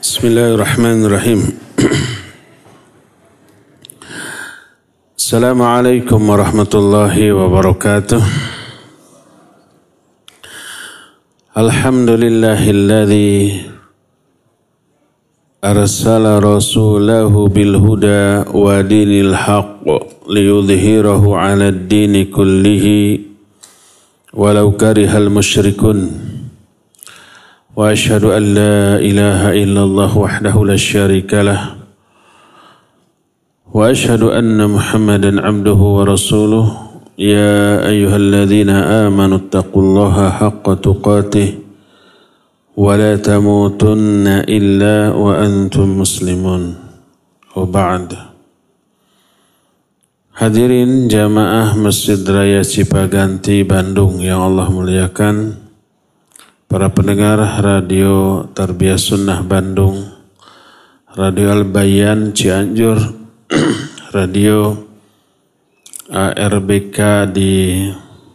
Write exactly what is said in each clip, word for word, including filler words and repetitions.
Bismillahirrahmanirrahim. Assalamualaikum warahmatullahi wabarakatuh. Alhamdulillahilladzi arsala rasulahu bil huda wa dinil haqq liyudhhirahu 'alad dini kullihi walau karihal musyrikun. Wa asyhadu an la ilaha illallah wahdahu la syarika lah wa asyhadu anna Muhammadan abduhu wa rasuluh ya ayyuhalladzina amanu taqullaha haqqa tuqatih wa la tamutunna illa wa antum muslimun. Wa ba'd. Hadirin jamaah Masjid Raya Cipaganti Bandung yang Allah muliakan, para pendengar Radio Tarbiyah Sunnah Bandung, Radio Al-Bayan Cianjur, Radio A R B K di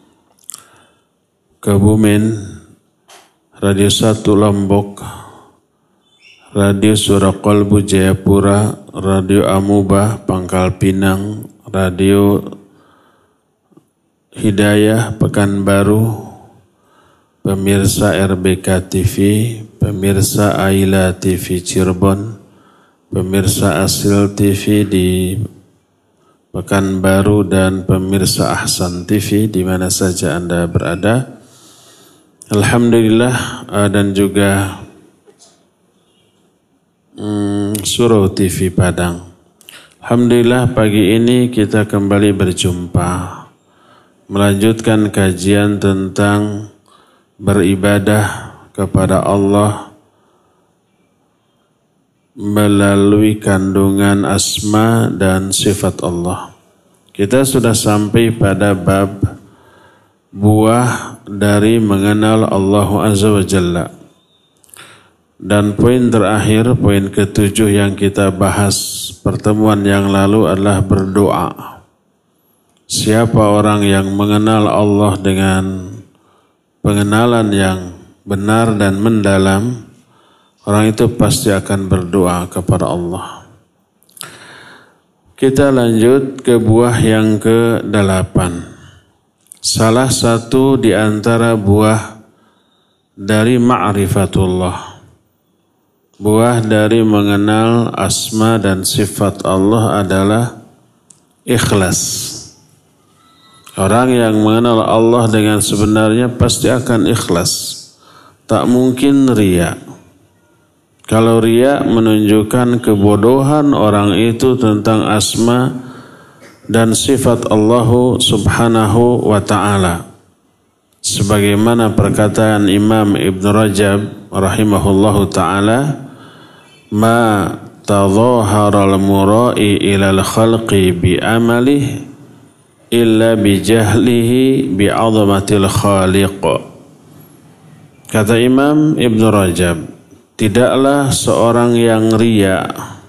Kebumen, Radio satu Lombok, Radio Surakolbu Jayapura, Radio Amubah Pangkal Pinang, Radio Hidayah Pekanbaru, pemirsa R B K T V, pemirsa Aila T V Cirebon, pemirsa Asil T V di Pekanbaru, dan pemirsa Ahsan T V di mana saja Anda berada. Alhamdulillah, dan juga hmm, Surau T V Padang. Alhamdulillah, pagi ini kita kembali berjumpa melanjutkan kajian tentang beribadah kepada Allah melalui kandungan asma dan sifat Allah. Kita sudah sampai pada bab buah dari mengenal Allah Azza wa Jalla. Dan poin terakhir, poin ketujuh yang kita bahas pertemuan yang lalu adalah berdoa. Siapa orang yang mengenal Allah dengan pengenalan yang benar dan mendalam, orang itu pasti akan berdoa kepada Allah. Kita lanjut ke buah yang ke delapan. Salah satu di antara buah dari ma'rifatullah, buah dari mengenal asma dan sifat Allah adalah ikhlas. Orang yang mengenal Allah dengan sebenarnya pasti akan ikhlas. Tak mungkin riya. Kalau riya menunjukkan kebodohan orang itu tentang asma dan sifat Allah subhanahu wa ta'ala. Sebagaimana perkataan Imam Ibn Rajab rahimahullahu ta'ala, ma tadhahara al-mura'i ilal khalqi bi amalih illa bijahlihi bi'azamatil khaliq. Kata Imam Ibn Rajab, tidaklah seorang yang riya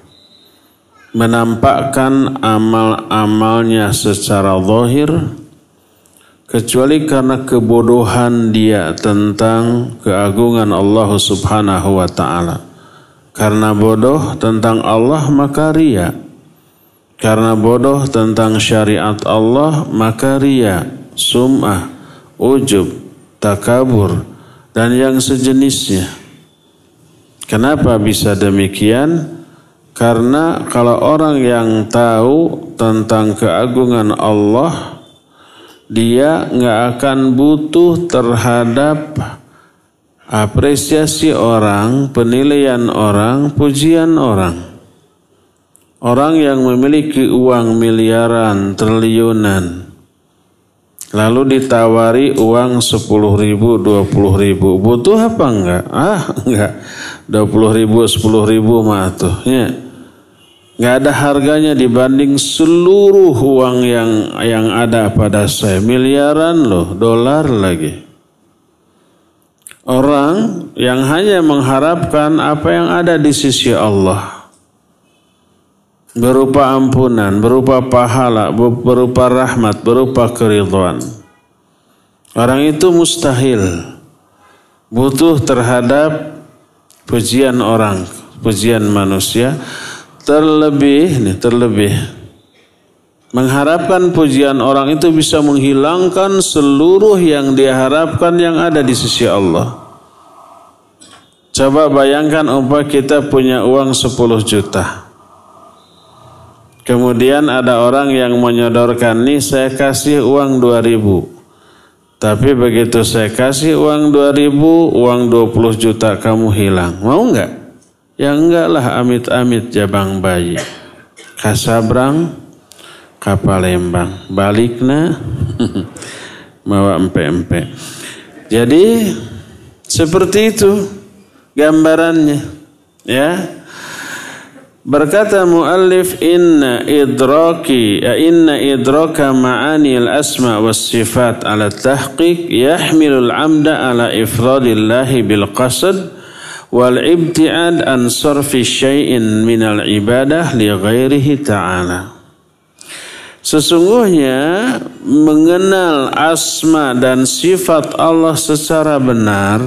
menampakkan amal-amalnya secara zahir kecuali karena kebodohan dia tentang keagungan Allah subhanahu wa ta'ala. Karena bodoh tentang Allah maka riya. Karena bodoh tentang syariat Allah maka riya, sum'ah, ujub, takabur, dan yang sejenisnya. Kenapa bisa demikian? Karena kalau orang yang tahu tentang keagungan Allah, dia nggak akan butuh terhadap apresiasi orang, penilaian orang, pujian orang. Orang yang memiliki uang miliaran, triliunan, lalu ditawari uang sepuluh ribu, dua puluh ribu, butuh apa enggak? Ah, enggak. Dua puluh ribu, sepuluh ribu mah tuh. Ya. Enggak ada harganya dibanding seluruh uang yang yang ada pada saya. Miliaran loh, dolar lagi. Orang yang hanya mengharapkan apa yang ada di sisi Allah, berupa ampunan, berupa pahala, berupa rahmat, berupa keridhaan. Orang itu mustahil butuh terhadap pujian orang, pujian manusia, terlebih nih terlebih mengharapkan pujian orang itu bisa menghilangkan seluruh yang dia harapkan yang ada di sisi Allah. Coba bayangkan umpama kita punya uang sepuluh juta. Kemudian ada orang yang menyodorkan, nih saya kasih uang dua ribu. Tapi begitu saya kasih uang dua ribu, uang dua puluh juta kamu hilang. Mau enggak? Ya enggak lah, amit-amit jabang bayi. Kasabrang, kapalembang. Balikna, mawa empe-empe. Jadi seperti itu gambarannya. Ya. Berkata muallif, inna idraki inna idraka ma'ani al-asma was sifat ala tahqiq yahmilul amda ala ifradillahi bil qasd wal ibtiad an sarfi syai'in minal ibadah li ghairihi ta'ala. Sesungguhnya mengenal asma dan sifat Allah secara benar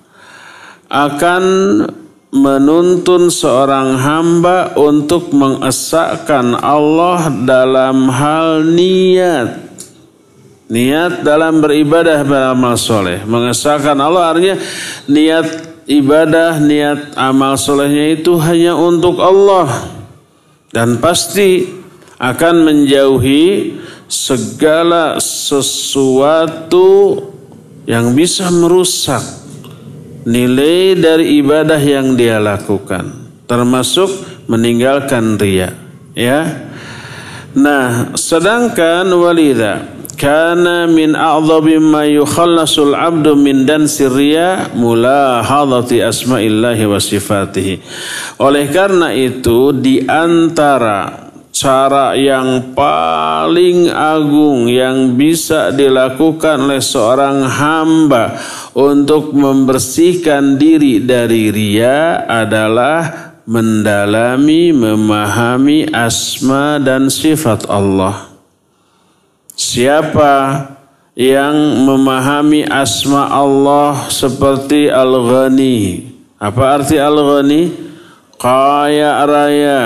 akan menuntun seorang hamba untuk mengesahkan Allah dalam hal niat. Niat dalam beribadah beramal soleh. Mengesahkan Allah artinya niat ibadah, niat amal solehnya itu hanya untuk Allah. Dan pasti akan menjauhi segala sesuatu yang bisa merusak nilai dari ibadah yang dia lakukan, termasuk meninggalkan riya. Ya. Nah, sedangkan walidha kana min a'dhabi ma yukhallasul 'abdu min dansi riya mulahadhati asma'illahi wa sifatihi. Oleh karena itu di antara cara yang paling agung yang bisa dilakukan oleh seorang hamba untuk membersihkan diri dari riya adalah mendalami, memahami asma dan sifat Allah. Siapa yang memahami asma Allah seperti Al-Ghani? Apa arti Al-Ghani? Kaya raya.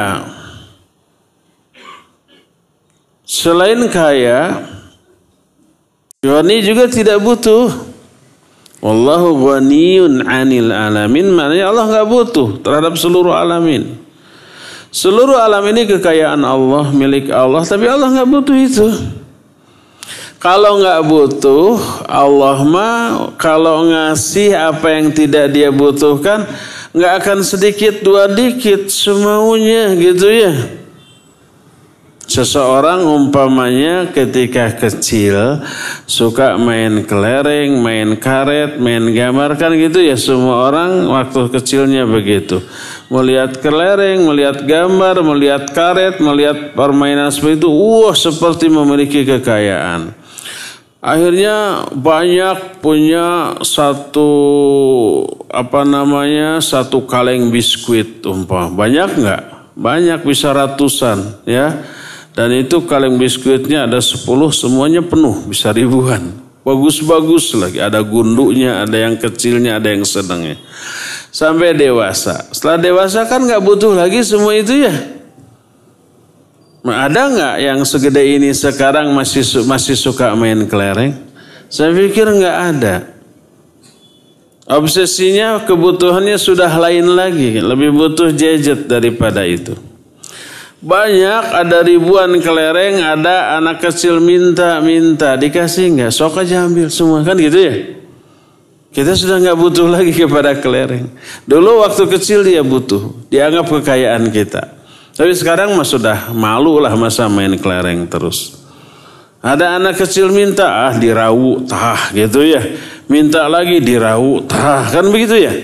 Selain kaya, Ghani juga tidak butuh. Wallahu ghaniyun 'anil alamin, maknanya Allah enggak butuh terhadap seluruh alamin. Seluruh alam ini kekayaan Allah, milik Allah, tapi Allah enggak butuh itu. Kalau enggak butuh, Allah mah kalau ngasih apa yang tidak dia butuhkan, enggak akan sedikit dua dikit semaunya gitu ya. Seseorang umpamanya ketika kecil suka main kelereng, main karet, main gambar kan gitu ya, semua orang waktu kecilnya begitu. Melihat kelereng, melihat gambar, melihat karet, melihat permainan seperti itu, wah seperti memiliki kekayaan. Akhirnya banyak punya satu apa namanya satu kaleng biskuit umpah. Banyak enggak? Banyak, bisa ratusan ya. Dan itu kaleng biskuitnya ada sepuluh, semuanya penuh, bisa ribuan. Bagus-bagus lagi, ada gunduknya, ada yang kecilnya, ada yang sedangnya. Sampai dewasa. Setelah dewasa kan gak butuh lagi semua itu ya. Ada gak yang segede ini sekarang masih masih suka main kelereng? Saya pikir gak ada. Obsesinya, kebutuhannya sudah lain lagi. Lebih butuh gadget daripada itu. Banyak, ada ribuan kelereng, ada anak kecil minta-minta, dikasih enggak? Sok aja ambil semua, kan gitu ya? Kita sudah enggak butuh lagi kepada kelereng. Dulu waktu kecil dia butuh, dianggap kekayaan kita. Tapi sekarang mah sudah malu lah masa main kelereng terus. Ada anak kecil minta, ah dirau, tah gitu ya. Minta lagi dirau, tah, kan begitu ya?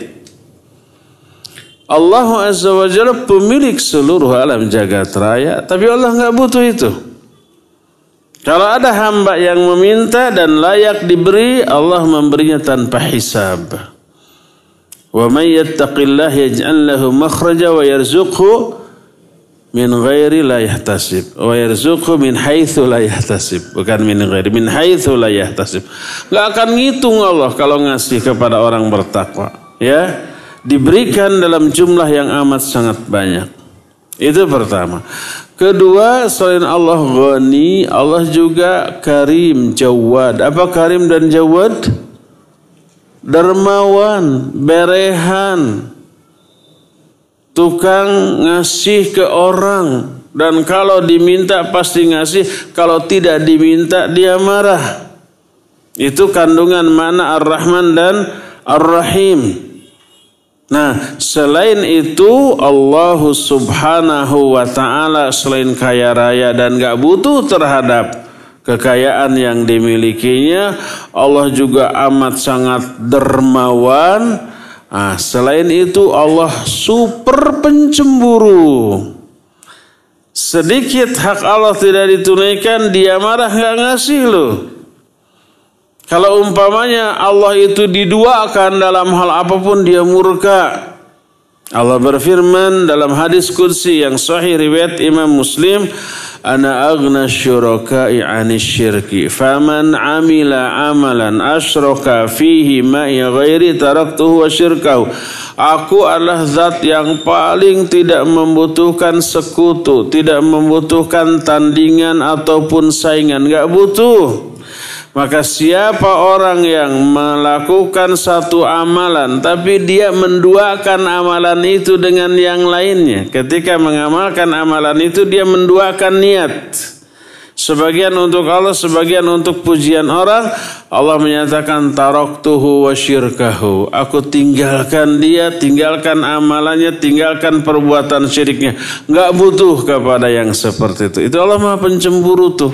Allah Azza wa Jalla pemilik seluruh alam jagat raya, tapi Allah enggak butuh itu. Kalau ada hamba yang meminta dan layak diberi, Allah memberinya tanpa hisab. Wa may yattaqillaha yaj'al lahu makhraja wa yarzuqhu min ghairi la yahtasib. Wa yarzuqhu min haitsu la yahtasib. Bukan min ghairi, min haitsu la yahtasib. Enggak akan ngitung Allah kalau ngasih kepada orang bertakwa, ya. diberikan dalam jumlah yang amat sangat banyak. Itu pertama. Kedua, selain Allah Ghani, Allah juga Karim, Jawad. Apa Karim dan Jawad? Dermawan, berehan, tukang ngasih ke orang. Dan kalau diminta pasti ngasih, kalau tidak diminta dia marah. Itu kandungan makna Ar-Rahman dan Ar-Rahim. Nah, selain itu Allah Subhanahu wa ta'ala selain kaya raya dan gak butuh terhadap kekayaan yang dimilikinya, Allah juga amat sangat dermawan. Nah, selain itu Allah super pencemburu. Sedikit hak Allah tidak ditunaikan, dia marah gak ngasih loh. Kalau umpamanya Allah itu diduakan dalam hal apapun dia murka. Allah berfirman dalam hadis qudsi yang sahih riwayat Imam Muslim, ana aghna syuraka'i 'anis syirki faman 'amila 'amalan asyraka fihi ma'i ghairi taraktuhu wa syirkahu. Aku adalah zat yang paling tidak membutuhkan sekutu, tidak membutuhkan tandingan ataupun saingan, enggak butuh. Maka siapa orang yang melakukan satu amalan tapi dia menduakan amalan itu dengan yang lainnya, ketika mengamalkan amalan itu dia menduakan niat, sebagian untuk Allah, sebagian untuk pujian orang, Allah menyatakan taraktuhu wa syirkahu, aku tinggalkan dia, tinggalkan amalannya, tinggalkan perbuatan syiriknya, enggak butuh kepada yang seperti itu. Itu Allah Maha Pencemburu tuh.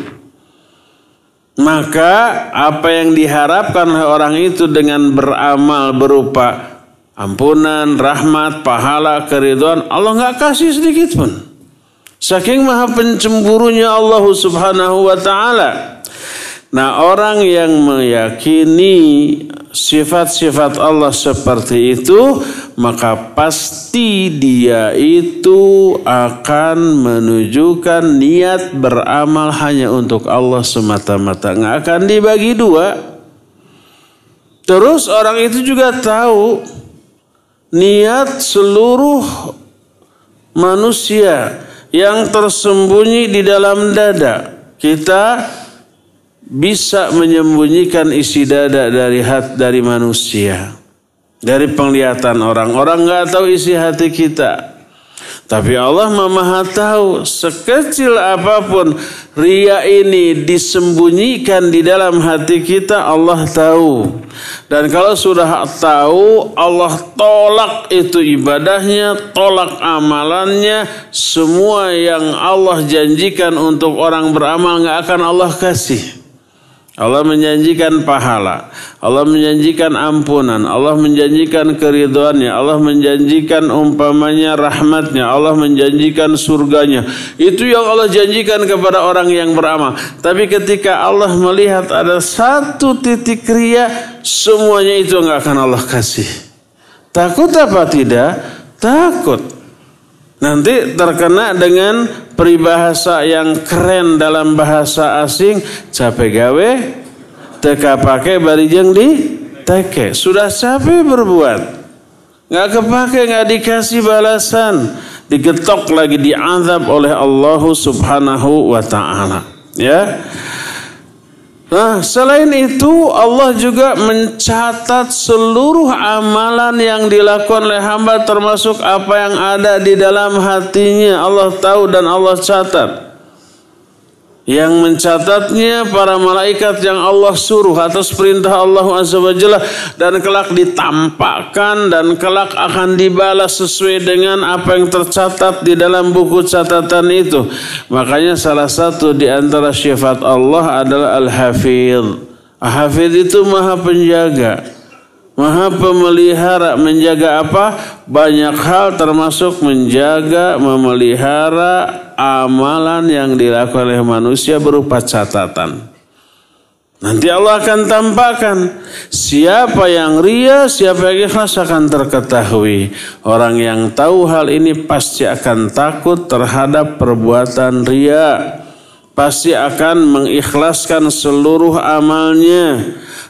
Maka apa yang diharapkan oleh orang itu dengan beramal berupa ampunan, rahmat, pahala, keridhaan, Allah nggak kasih sedikit pun. Saking maha pencemburunya Allah Subhanahu wa ta'ala. Nah, orang yang meyakini sifat-sifat Allah seperti itu, maka pasti dia itu akan menunjukkan niat beramal hanya untuk Allah semata-mata, nggak akan dibagi dua. Terus orang itu juga tahu niat seluruh manusia yang tersembunyi di dalam dada. Kita bisa menyembunyikan isi dada dari hati dari manusia, dari penglihatan orang. Orang nggak tahu isi hati kita, tapi Allah Maha tahu. Sekecil apapun ria ini disembunyikan di dalam hati kita, Allah tahu. Dan kalau sudah tahu, Allah tolak itu ibadahnya, tolak amalannya. Semua yang Allah janjikan untuk orang beramal nggak akan Allah kasih. Allah menjanjikan pahala, Allah menjanjikan ampunan, Allah menjanjikan keridhaannya, Allah menjanjikan umpamanya rahmatnya, Allah menjanjikan surganya. Itu yang Allah janjikan kepada orang yang beramal. Tapi ketika Allah melihat ada satu titik ria, semuanya itu enggak akan Allah kasih. Takut apa tidak? Takut. Nanti terkena dengan peribahasa yang keren dalam bahasa asing, capek gawe teka pakai barijeng di teke. Sudah capek berbuat, nggak kepake, nggak dikasih balasan, digetok lagi, diazab oleh Allah Subhanahu wa ta'ala. Ya. Nah, selain itu Allah juga mencatat seluruh amalan yang dilakukan oleh hamba, termasuk apa yang ada di dalam hatinya. Allah tahu dan Allah catat. Yang mencatatnya para malaikat yang Allah suruh atas perintah Allah Azza wa Jalla, dan kelak ditampakkan dan kelak akan dibalas sesuai dengan apa yang tercatat di dalam buku catatan itu. Makanya salah satu di antara sifat Allah adalah Al-Hafidh. Al-Hafidh itu maha penjaga, maha pemelihara. Menjaga apa? Banyak hal, termasuk menjaga, memelihara amalan yang dilakukan oleh manusia berupa catatan. Nanti Allah akan tampakkan siapa yang ria, siapa yang ikhlas akan terketahui. Orang yang tahu hal ini pasti akan takut terhadap perbuatan ria, pasti akan mengikhlaskan seluruh amalnya.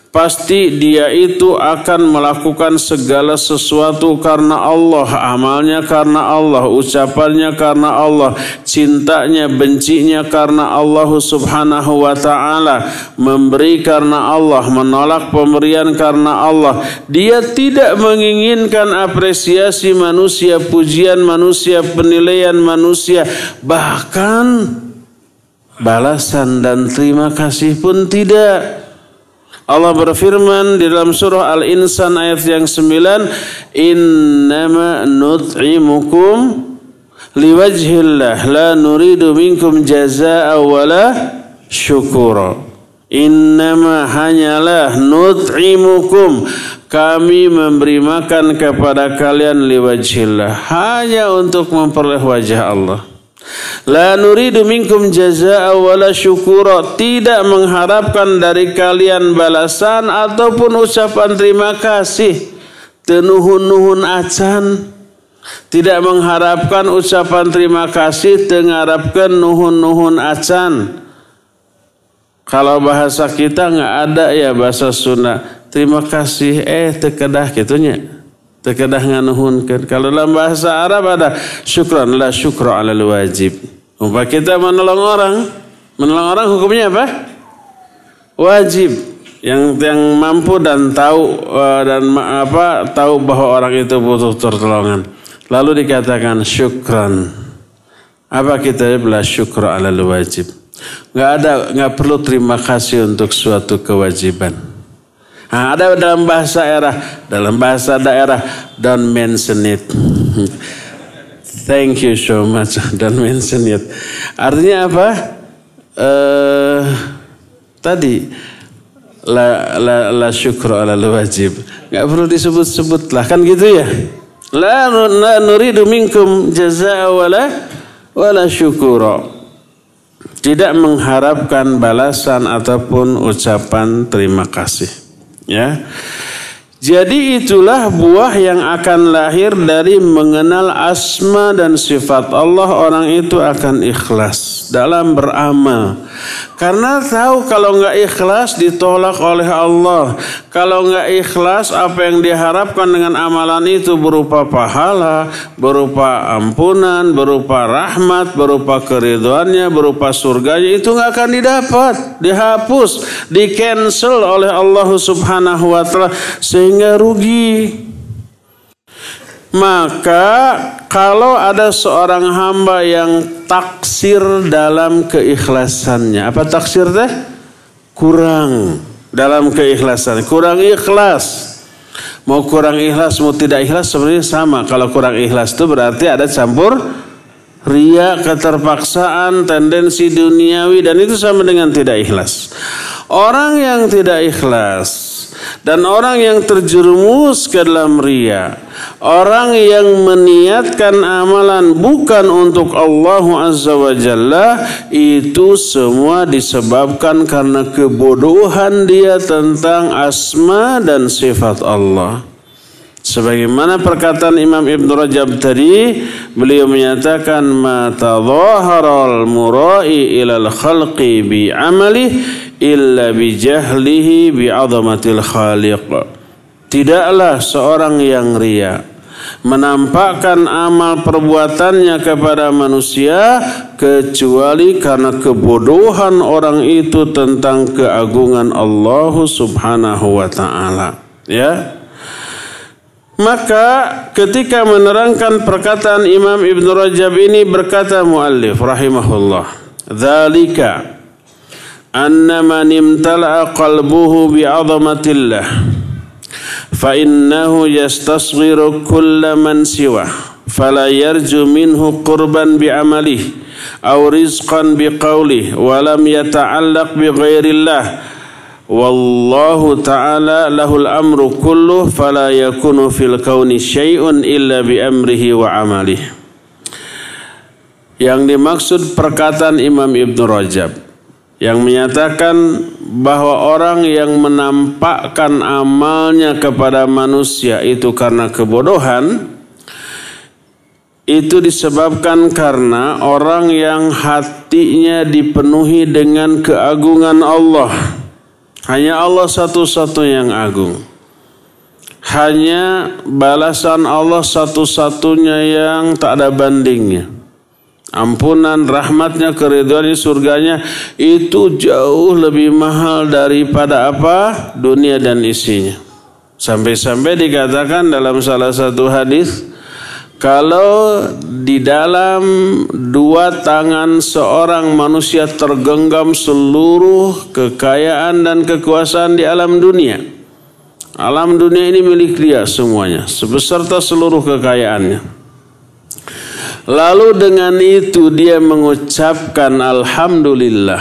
pasti dia itu akan melakukan segala sesuatu karena Allah, amalnya karena Allah, ucapannya karena Allah, cintanya, bencinya karena Allah subhanahu wa ta'ala, memberi karena Allah, menolak pemberian karena Allah. Dia tidak menginginkan apresiasi manusia, pujian manusia, penilaian manusia, bahkan balasan dan terima kasih pun tidak. Allah berfirman di dalam surah Al-Insan ayat yang sembilan, innama nut'imukum liwajhillah la nuridu minkum jazaa'a wala syukura. Innama hanyalah nut'imukum, kami memberi makan kepada kalian liwajhillah, hanya untuk memperoleh wajah Allah. La nuridu minkum jazaa'a wala syukura, tidak mengharapkan dari kalian balasan ataupun ucapan terima kasih. Tenuhun-nuhun acan, tidak mengharapkan ucapan terima kasih, mengharapkan nuhun-nuhun acan. Kalau bahasa kita nggak ada ya, bahasa Sunda, terima kasih eh tekedah gitunya. Terkedah nganuhunkan. Kalau dalam bahasa Arab ada syukran, la syukra alal wajib. Umpama kita menolong orang, menolong orang hukumnya apa? Wajib. Yang yang mampu dan tahu dan apa tahu bahwa orang itu butuh pertolongan. Lalu dikatakan syukran. Apa kita la syukra alal wajib? Enggak ada, enggak perlu terima kasih untuk suatu kewajiban. Nah, ada dalam bahasa daerah, dalam bahasa daerah, don't mention it. Thank you so much, don't mention it. Artinya apa? Uh, tadi la la la syukra ala wajib. Enggak perlu disebut-sebut lah, kan gitu ya. La, la nuridu minkum jazaa'a wala wala syukura. Tidak mengharapkan balasan ataupun ucapan terima kasih. Ya, jadi itulah buah yang akan lahir dari mengenal asma dan sifat Allah. Orang itu akan ikhlas dalam beramal, karena tahu kalau nggak ikhlas ditolak oleh Allah. Kalau nggak ikhlas, apa yang diharapkan dengan amalan itu berupa pahala, berupa ampunan, berupa rahmat, berupa keridhaannya, berupa surganya, itu nggak akan didapat, dihapus, di cancel oleh Allah subhanahu wa ta'ala, sehingga rugi. Maka kalau ada seorang hamba yang taksir dalam keikhlasannya, apa taksir teh? Kurang dalam keikhlasan, kurang ikhlas. Mau kurang ikhlas, mau tidak ikhlas sebenarnya sama. Kalau kurang ikhlas itu berarti ada campur riya, keterpaksaan, tendensi duniawi, dan itu sama dengan tidak ikhlas. Orang yang tidak ikhlas dan orang yang terjerumus ke dalam riya, orang yang meniatkan amalan bukan untuk Allah Azza wa Jalla, itu semua disebabkan karena kebodohan dia tentang asma dan sifat Allah. Sebagaimana perkataan Imam Ibn Rajab tadi, beliau menyatakan ma tadhaharal murai ilal khalqi bi amali illa bi jahlihi bi azamatil khaliq. Tidaklah seorang yang riya menampakkan amal perbuatannya kepada manusia kecuali karena kebodohan orang itu tentang keagungan Allah Subhanahu wa taala. Ya. Maka ketika menerangkan perkataan Imam Ibn Rajab ini, berkata muallif rahimahullah, dzalika anna man imtala'a qalbuhu bi'azamatillah fa innahu yastasghiru kulla man siwa fala yarju minhu qurban bi'amalihi aw rizqan biqawlihi wa lam yata'allaq bi ghairillah. Wallahu ta'ala lahul amru kulluh fala yakunu fil kauni syai'un illa bi amrihi wa amalihi. Yang dimaksud perkataan Imam Ibn Rajab yang menyatakan bahwa orang yang menampakkan amalnya kepada manusia itu karena kebodohan, itu disebabkan karena orang yang hatinya dipenuhi dengan keagungan Allah, Hanya Allah satu-satu yang agung. Hanya balasan Allah satu-satunya yang tak ada bandingnya. Ampunan, rahmatnya, keridhaannya, surganya itu jauh lebih mahal daripada apa? Dunia dan isinya. Sampai-sampai dikatakan dalam salah satu hadis, kalau di dalam dua tangan seorang manusia tergenggam seluruh kekayaan dan kekuasaan di alam dunia. Alam dunia ini milik dia semuanya, sebeserta seluruh kekayaannya. Lalu dengan itu dia mengucapkan Alhamdulillah.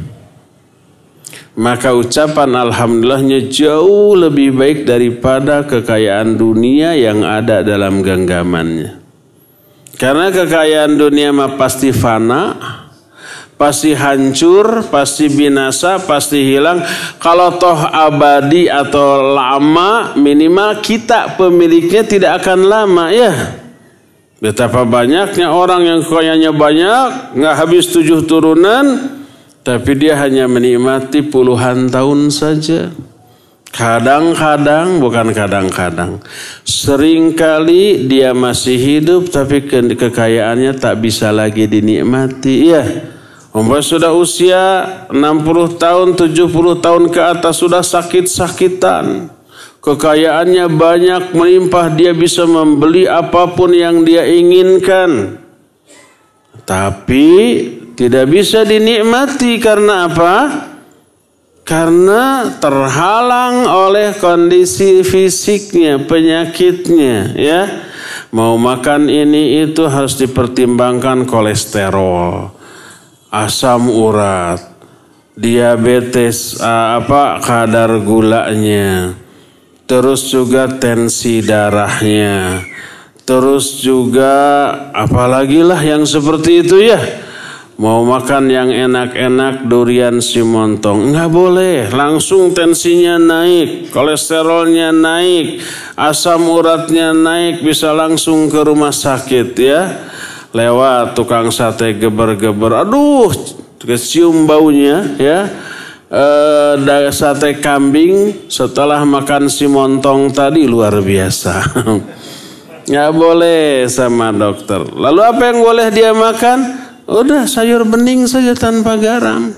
Maka ucapan Alhamdulillahnya jauh lebih baik daripada kekayaan dunia yang ada dalam genggamannya. Karena kekayaan dunia mah pasti fana, pasti hancur, pasti binasa, pasti hilang. Kalau toh abadi atau lama, minimal kita pemiliknya tidak akan lama ya. Betapa banyaknya orang yang kekayanya banyak, nggak habis tujuh turunan, tapi dia hanya menikmati puluhan tahun saja. Kadang-kadang, bukan kadang-kadang, seringkali dia masih hidup, tapi kekayaannya tak bisa lagi dinikmati ya. Umpamanya sudah usia enam puluh tahun, tujuh puluh tahun ke atas sudah sakit-sakitan. Kekayaannya banyak melimpah, dia bisa membeli apapun yang dia inginkan. Tapi tidak bisa dinikmati karena apa? Karena terhalang oleh kondisi fisiknya, penyakitnya ya. Mau makan ini itu harus dipertimbangkan kolesterol, asam urat, diabetes, apa kadar gulanya, terus juga tensi darahnya, terus juga apalagi lah yang seperti itu ya. Mau makan yang enak-enak durian simontong, nggak boleh, langsung tensinya naik, kolesterolnya naik, asam uratnya naik, bisa langsung ke rumah sakit ya. Lewat tukang sate geber-geber, aduh kecium baunya ya. E, sate kambing setelah makan simontong tadi luar biasa. Nggak boleh sama dokter. Lalu apa yang boleh dia makan? Udah sayur bening saja tanpa garam.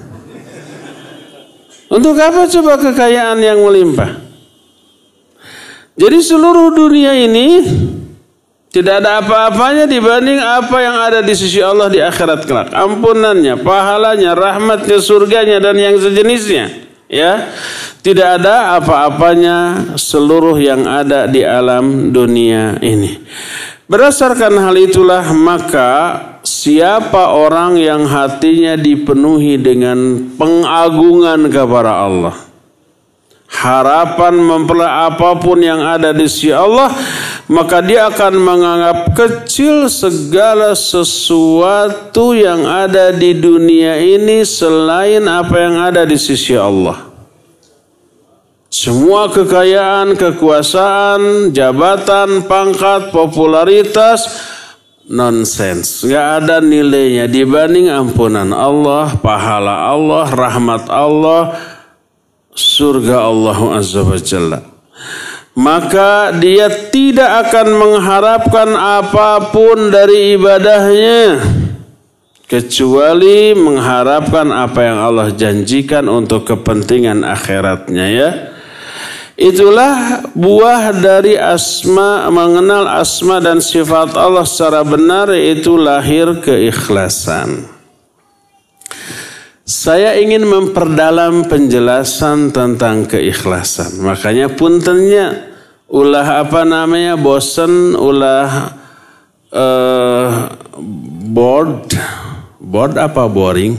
Untuk apa coba kekayaan yang melimpah? Jadi seluruh dunia ini tidak ada apa-apanya dibanding apa yang ada di sisi Allah di akhirat kelak. Ampunannya, pahalanya, rahmatnya, surganya dan yang sejenisnya. Ya, tidak ada apa-apanya seluruh yang ada di alam dunia ini. Berdasarkan hal itulah maka siapa orang yang hatinya dipenuhi dengan pengagungan kepada Allah, harapan memperoleh apapun yang ada di sisi Allah, maka dia akan menganggap kecil segala sesuatu yang ada di dunia ini selain apa yang ada di sisi Allah. Semua kekayaan, kekuasaan, jabatan, pangkat, popularitas, nonsens. Nggak ada nilainya dibanding ampunan Allah, pahala Allah, rahmat Allah, surga Allah Azza wa Jalla. Maka dia tidak akan mengharapkan apapun dari ibadahnya kecuali mengharapkan apa yang Allah janjikan untuk kepentingan akhiratnya ya. Itulah buah dari asma, mengenal asma dan sifat Allah secara benar, yaitu lahir keikhlasan. Saya ingin memperdalam penjelasan tentang keikhlasan. Makanya puntennya ulah apa namanya bosen, ulah uh, bored, bored apa boring?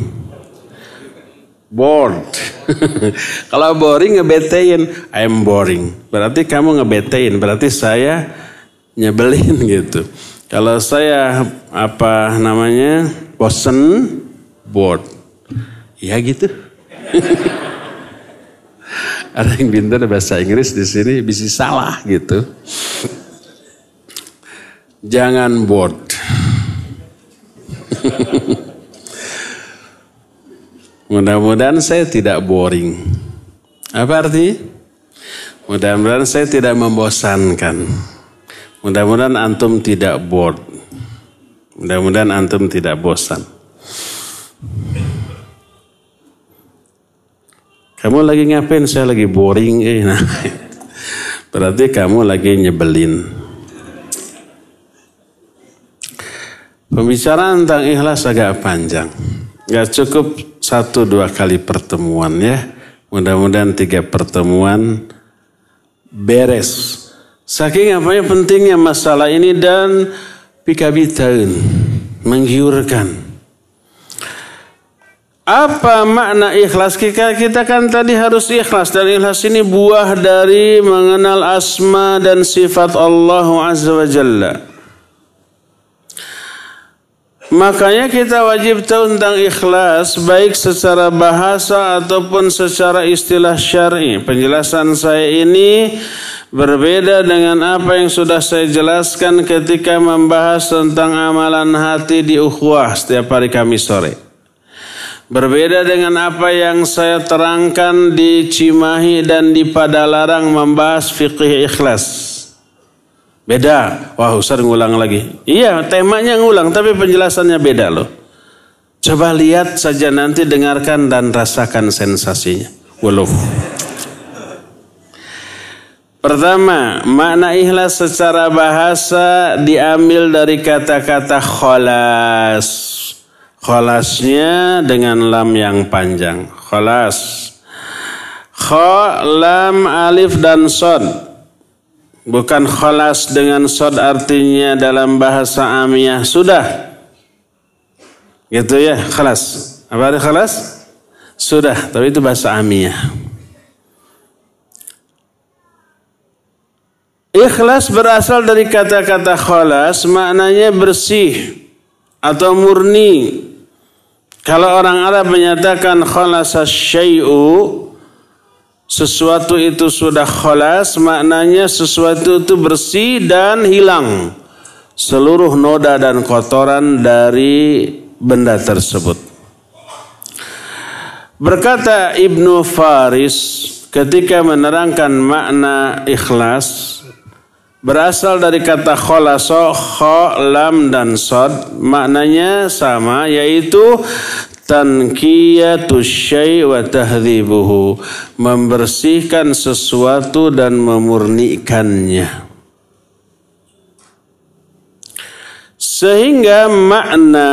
Bored. Kalau boring ngebetein, I'm boring. Berarti kamu ngebetein, berarti saya nyebelin gitu. Kalau saya apa namanya bosen, bored. Ya gitu. Ada yang pintar bahasa Inggris di sini bisa salah gitu. Jangan bored. Mudah-mudahan saya tidak boring. Apa artinya? Mudah-mudahan saya tidak membosankan. Mudah-mudahan antum tidak bored. Mudah-mudahan antum tidak bosan. Kamu lagi ngapain? Saya lagi boring. Eh, nah. Berarti kamu lagi nyebelin. Pembicaraan tentang ikhlas agak panjang. Gak cukup satu dua kali pertemuan ya. Mudah-mudahan tiga pertemuan beres. Saking apanya pentingnya masalah ini dan pikabitain, menggiurkan. Apa makna ikhlas? Kita, kita kan tadi harus ikhlas. Dan ikhlas ini buah dari mengenal asma dan sifat Allah Azza wa Jalla. Makanya kita wajib tahu tentang ikhlas, baik secara bahasa ataupun secara istilah syar'i. Penjelasan saya ini berbeda dengan apa yang sudah saya jelaskan ketika membahas tentang amalan hati di ukhuwah setiap hari Kamis sore. Berbeda dengan apa yang saya terangkan di Cimahi dan di Padalarang membahas fikih ikhlas. Beda. Wah, Ustaz ngulang lagi. Iya, temanya ngulang tapi penjelasannya beda loh. Coba lihat saja nanti, dengarkan dan rasakan sensasinya. Walau. Pertama, makna ikhlas secara bahasa diambil dari kata-kata kholas. Kholasnya dengan lam yang panjang. Kholas. Kho, lam, alif, dan sod. Bukan kholas dengan sod artinya dalam bahasa amiyah. Sudah. Gitu ya, kholas. Apa ada kholas? Sudah, tapi itu bahasa amiyah. Ikhlas berasal dari kata-kata kholas, maknanya bersih atau murni. Kalau orang Arab menyatakan kholasa syai'u, sesuatu itu sudah kholas, maknanya sesuatu itu bersih dan hilang seluruh noda dan kotoran dari benda tersebut. Berkata Ibnu Faris ketika menerangkan makna ikhlas, berasal dari kata kholaso, kho, lam, dan sod. Maknanya sama, yaitu tanqiyatus syai' wa tahdhibuhu, membersihkan sesuatu dan memurnikannya. Sehingga makna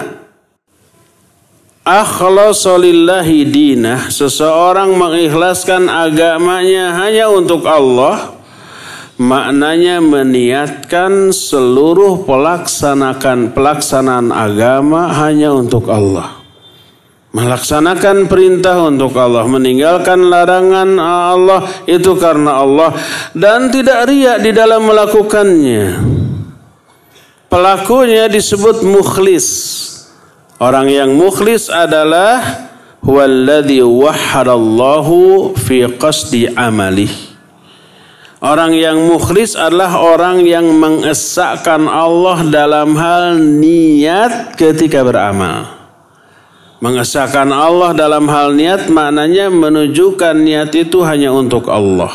akhlasa lillahi dinah, seseorang mengikhlaskan agamanya hanya untuk Allah, maknanya meniatkan seluruh pelaksanakan pelaksanaan agama hanya untuk Allah. Melaksanakan perintah untuk Allah, meninggalkan larangan Allah itu karena Allah, dan tidak riya di dalam melakukannya. Pelakunya disebut mukhlis. Orang yang mukhlis adalah huwallazi wahhadallahu fi qasdi amalih. Orang yang mukhlis adalah orang yang mengesahkan Allah dalam hal niat ketika beramal. Mengesahkan Allah dalam hal niat maknanya menunjukkan niat itu hanya untuk Allah.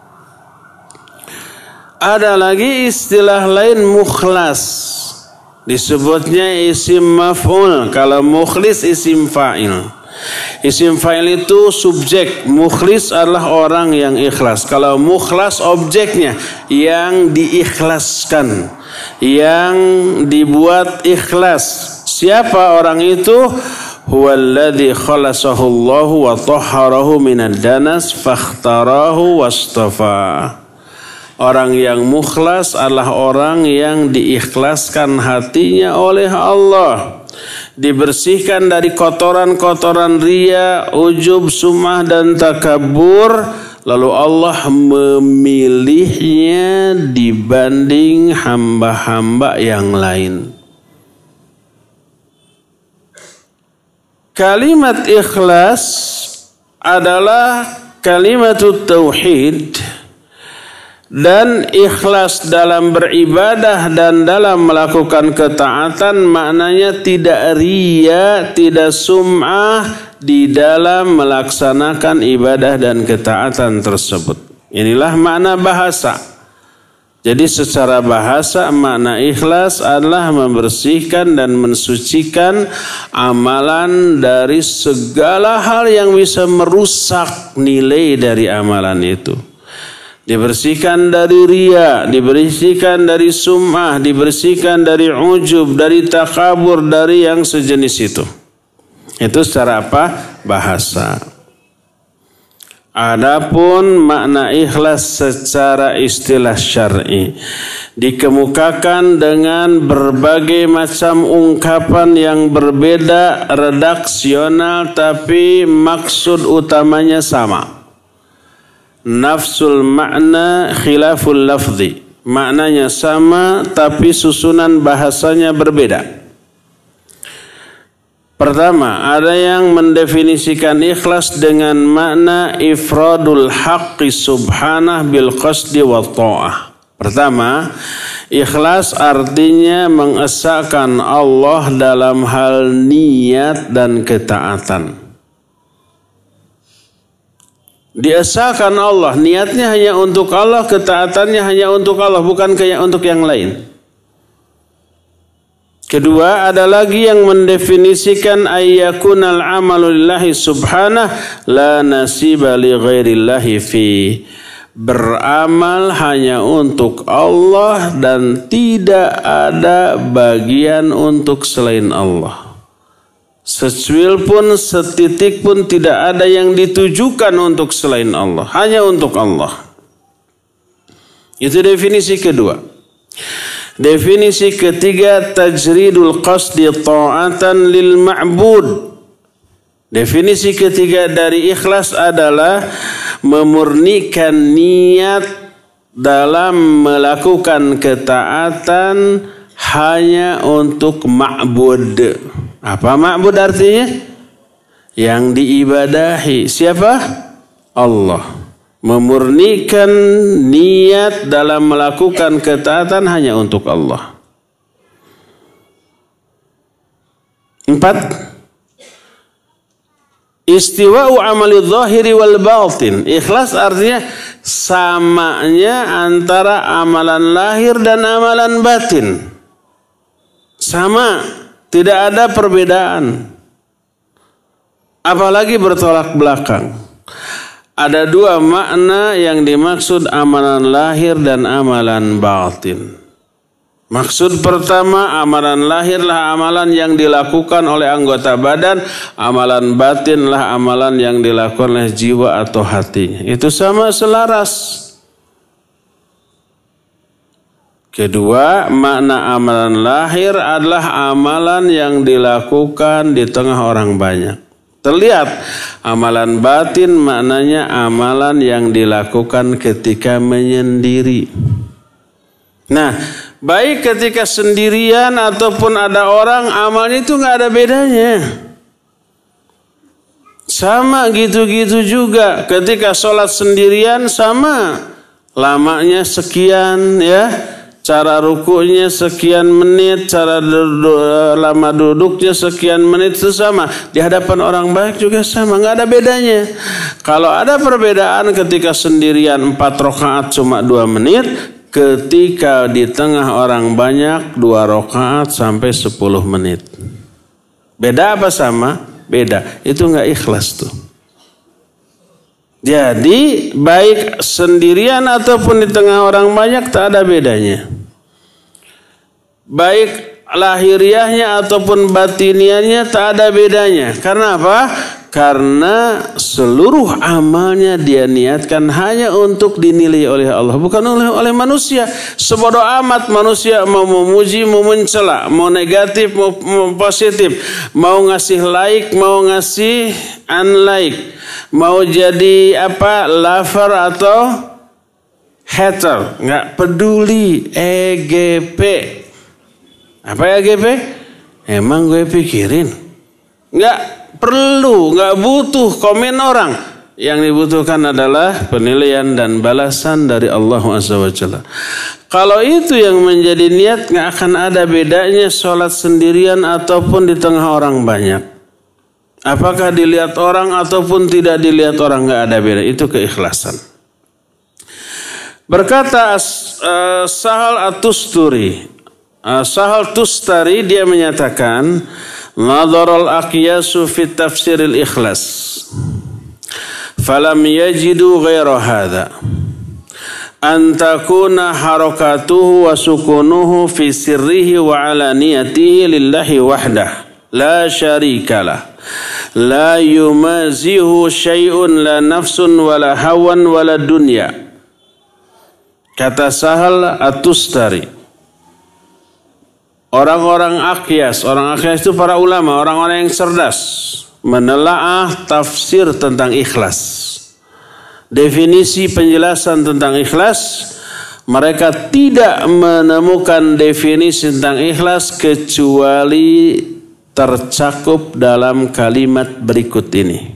Ada lagi istilah lain mukhlas. Disebutnya isim maf'ul. Kalau mukhlis isim fa'il. Isim fa'il itu subjek. Mukhlis adalah orang yang ikhlas. Kalau mukhlas objeknya yang diikhlaskan, yang dibuat ikhlas. Siapa orang itu? Huwallazi khalasahu Allahu wa tahharahu minad danas fakhtarahu wastafa. Orang yang mukhlas adalah orang yang diikhlaskan hatinya oleh Allah, dibersihkan dari kotoran-kotoran riya, ujub, sum'ah, dan takabur, lalu Allah memilihnya dibanding hamba-hamba yang lain. Kalimat ikhlas adalah kalimat tauhid, dan ikhlas dalam beribadah dan dalam melakukan ketaatan maknanya tidak riya, tidak sum'ah, di dalam melaksanakan ibadah dan ketaatan tersebut. Inilah makna bahasa. Jadi secara bahasa makna ikhlas adalah membersihkan dan mensucikan amalan dari segala hal yang bisa merusak nilai dari amalan itu. Dibersihkan dari riya, dibersihkan dari sum'ah, dibersihkan dari ujub, dari takabur, dari yang sejenis itu. Itu secara apa? Bahasa. Adapun makna ikhlas secara istilah syar'i dikemukakan dengan berbagai macam ungkapan yang berbeda redaksional, tapi maksud utamanya sama. Nafsul makna khilaful lafzi. Maknanya sama tapi susunan bahasanya berbeda. Pertama, ada yang mendefinisikan ikhlas dengan makna ifradul haqqi subhanah bil qasdi wa ta'ah. Pertama, ikhlas artinya mengesahkan Allah dalam hal niat dan ketaatan. Diesahkan Allah, niatnya hanya untuk Allah, ketaatannya hanya untuk Allah, bukan kayak untuk yang lain. Kedua, ada lagi yang mendefinisikan ayyakunal amalu lillahi subhanah la nasiba li ghairillahi fi. Beramal hanya untuk Allah dan tidak ada bagian untuk selain Allah. Secuil pun, setitik pun tidak ada yang ditujukan untuk selain Allah. Hanya untuk Allah. Itu definisi kedua. Definisi ketiga, tajridul qasdi ta'atan lil ma'bud. Definisi ketiga dari ikhlas adalah memurnikan niat dalam melakukan ketaatan hanya untuk ma'bud. Apa ma'bud artinya? Yang diibadahi. Siapa? Allah. Memurnikan niat dalam melakukan ketaatan hanya untuk Allah. Empat. Istiwa'u amali zahiri wal batin. Ikhlas artinya samanya antara amalan lahir dan amalan batin. Sama. Tidak ada perbedaan. Apalagi bertolak belakang. Ada dua makna yang dimaksud amalan lahir dan amalan batin. Maksud pertama, amalan lahirlah amalan yang dilakukan oleh anggota badan. Amalan batinlah amalan yang dilakukan oleh jiwa atau hatinya. Itu sama, selaras. Kedua, makna amalan lahir adalah amalan yang dilakukan di tengah orang banyak. Terlihat, amalan batin maknanya amalan yang dilakukan ketika menyendiri. Nah, baik ketika sendirian ataupun ada orang, amalnya itu nggak ada bedanya. Sama gitu-gitu juga. Ketika sholat sendirian sama, lamanya sekian ya. Cara rukunya sekian menit, cara duduk, lama duduknya sekian menit, itu sama. Di hadapan orang baik juga sama, nggak ada bedanya. Kalau ada perbedaan ketika sendirian empat rakaat cuma dua menit, ketika di tengah orang banyak dua rakaat sampai sepuluh menit. Beda apa sama? Beda. Itu nggak ikhlas tuh. Jadi baik sendirian ataupun di tengah orang banyak tak ada bedanya. Baik lahiriahnya ataupun batiniahnya tak ada bedanya. Karena apa? Karena seluruh amalnya dia niatkan hanya untuk dinilai oleh Allah, bukan oleh oleh manusia. Sebodoh amat manusia mau memuji, mau mencela, mau negatif, mau, mau positif, mau ngasih like, mau ngasih unlike, mau jadi apa, lover atau hater, nggak peduli. E G P, apa ya E G P? Emang gue pikirin, nggak perlu, nggak butuh komen orang. Yang dibutuhkan adalah penilaian dan balasan dari Allah Azza wa Jalla. Kalau itu yang menjadi niat, nggak akan ada bedanya sholat sendirian ataupun di tengah orang banyak. Apakah dilihat orang ataupun tidak dilihat orang, nggak ada beda. Itu keikhlasan. Berkata uh, Sahal At-Tusturi, uh, Sahal Tustari dia menyatakan, nadharal aqyasu fi tafsiril ikhlas, falam yajidu ghaira hadha, an takuna harakatuhu wa sukunuhu fi sirrihi wa alaniyatihi lillahi wahdah, la syarikalah. La yumazihu syai'un la nafsun wala hawan wala dunya. Kata Sahal At-Tustari, orang-orang Aqyas, orang Aqyas itu para ulama, orang-orang yang cerdas, menelaah tafsir tentang ikhlas. Definisi penjelasan tentang ikhlas, mereka tidak menemukan definisi tentang ikhlas kecuali tercakup dalam kalimat berikut ini,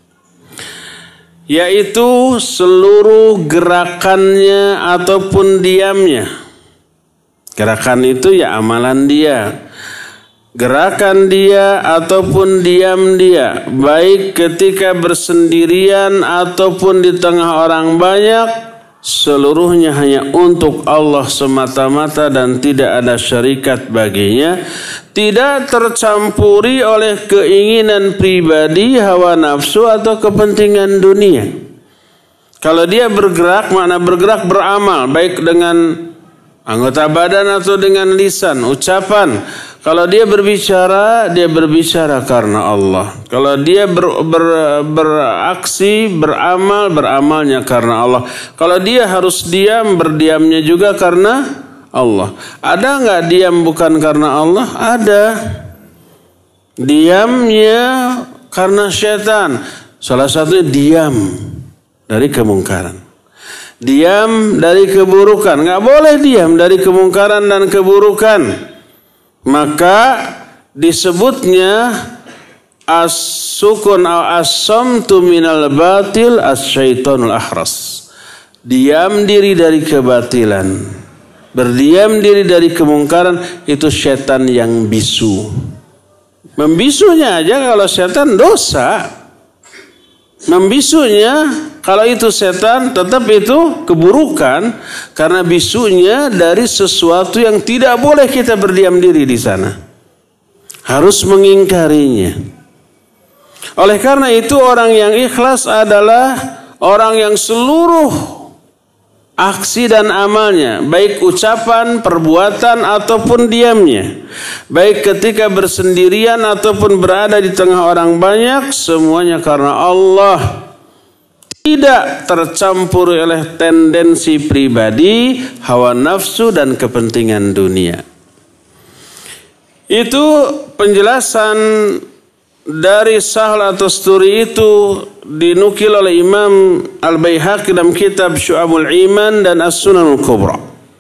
yaitu seluruh gerakannya ataupun diamnya. Gerakan itu ya amalan dia, gerakan dia ataupun diam dia, baik ketika bersendirian ataupun di tengah orang banyak, seluruhnya hanya untuk Allah semata-mata dan tidak ada syarikat baginya, tidak tercampuri oleh keinginan pribadi, hawa nafsu atau kepentingan dunia. Kalau dia bergerak, makna bergerak beramal, baik dengan anggota badan atau dengan lisan, ucapan. Kalau dia berbicara, dia berbicara karena Allah. Kalau dia ber, ber, beraksi, beramal, beramalnya karena Allah. Kalau dia harus diam, berdiamnya juga karena Allah. Ada nggak diam bukan karena Allah? Ada. Diamnya karena syaitan. Salah satunya diam dari kemungkaran. Diam dari keburukan. Nggak boleh diam dari kemungkaran dan keburukan. Maka disebutnya as-sukun atau as-samtu minal batil as-syaitonul ahras. Diam diri dari kebatilan, berdiam diri dari kemungkaran, itu syaitan yang bisu. Membisunya aja kalau syaitan dosa. Membisunya kalau itu setan, tetap itu keburukan, karena bisunya dari sesuatu yang tidak boleh kita berdiam diri di sana. Harus mengingkarinya. Oleh karena itu orang yang ikhlas adalah orang yang seluruh aksi dan amalnya, baik ucapan, perbuatan ataupun diamnya, baik ketika bersendirian ataupun berada di tengah orang banyak, semuanya karena Allah. Tidak tercampur oleh tendensi pribadi, hawa nafsu dan kepentingan dunia. Itu penjelasan dari Sahal At-Tusturi itu dinukil oleh Imam Al-Baihaqi dalam kitab Syu'abul Iman dan As-Sunanul Kubra.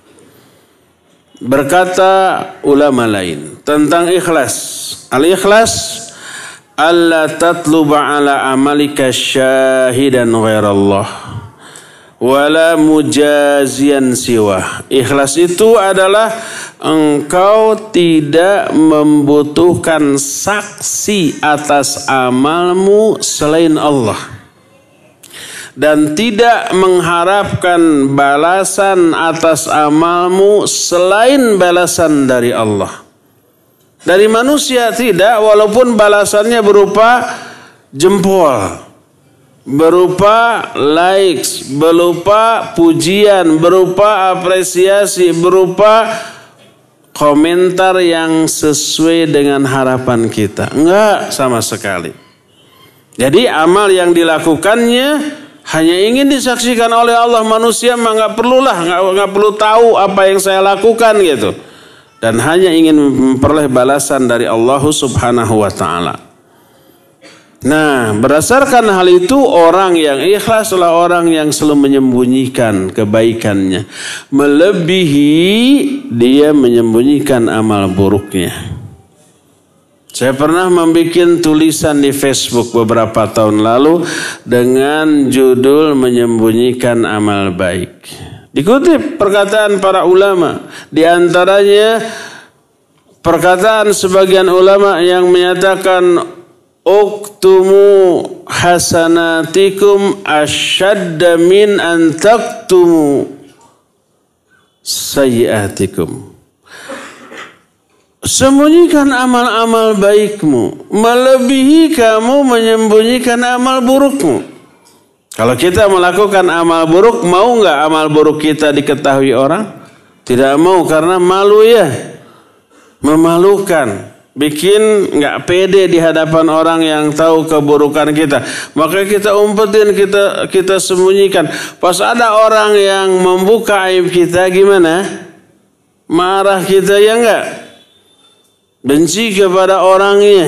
Berkata ulama lain tentang ikhlas. Al-ikhlas alla tatluba ala amalika syahidan ghairallah wala mujazian siwa. Ikhlas itu adalah engkau tidak membutuhkan saksi atas amalmu selain Allah, dan tidak mengharapkan balasan atas amalmu selain balasan dari Allah. Dari manusia tidak, walaupun balasannya berupa jempol, berupa likes, berupa pujian, berupa apresiasi, berupa komentar yang sesuai dengan harapan kita. Enggak sama sekali. Jadi amal yang dilakukannya hanya ingin disaksikan oleh Allah. Manusia mah enggak perlulah, enggak, enggak perlu tahu apa yang saya lakukan gitu. Dan hanya ingin memperoleh balasan dari Allah Subhanahu wa ta'ala. Nah, berdasarkan hal itu, orang yang ikhlas adalah orang yang selalu menyembunyikan kebaikannya, melebihi dia menyembunyikan amal buruknya. Saya pernah membuat tulisan di Facebook beberapa tahun lalu dengan judul menyembunyikan amal baik. Dikutip perkataan para ulama, di antaranya perkataan sebagian ulama yang menyatakan uktumu hasanatikum asyadda min an taktumu sayyiatikum. Sembunyikan amal-amal baikmu melebihi kamu menyembunyikan amal burukmu. Kalau kita melakukan amal buruk, mau nggak amal buruk kita diketahui orang? Tidak mau, karena malu ya, memalukan, bikin nggak pede di hadapan orang yang tahu keburukan kita. Maka kita umpetin, kita kita sembunyikan. Pas ada orang yang membuka aib kita, gimana? Marah kita ya nggak? Benci kepada orangnya.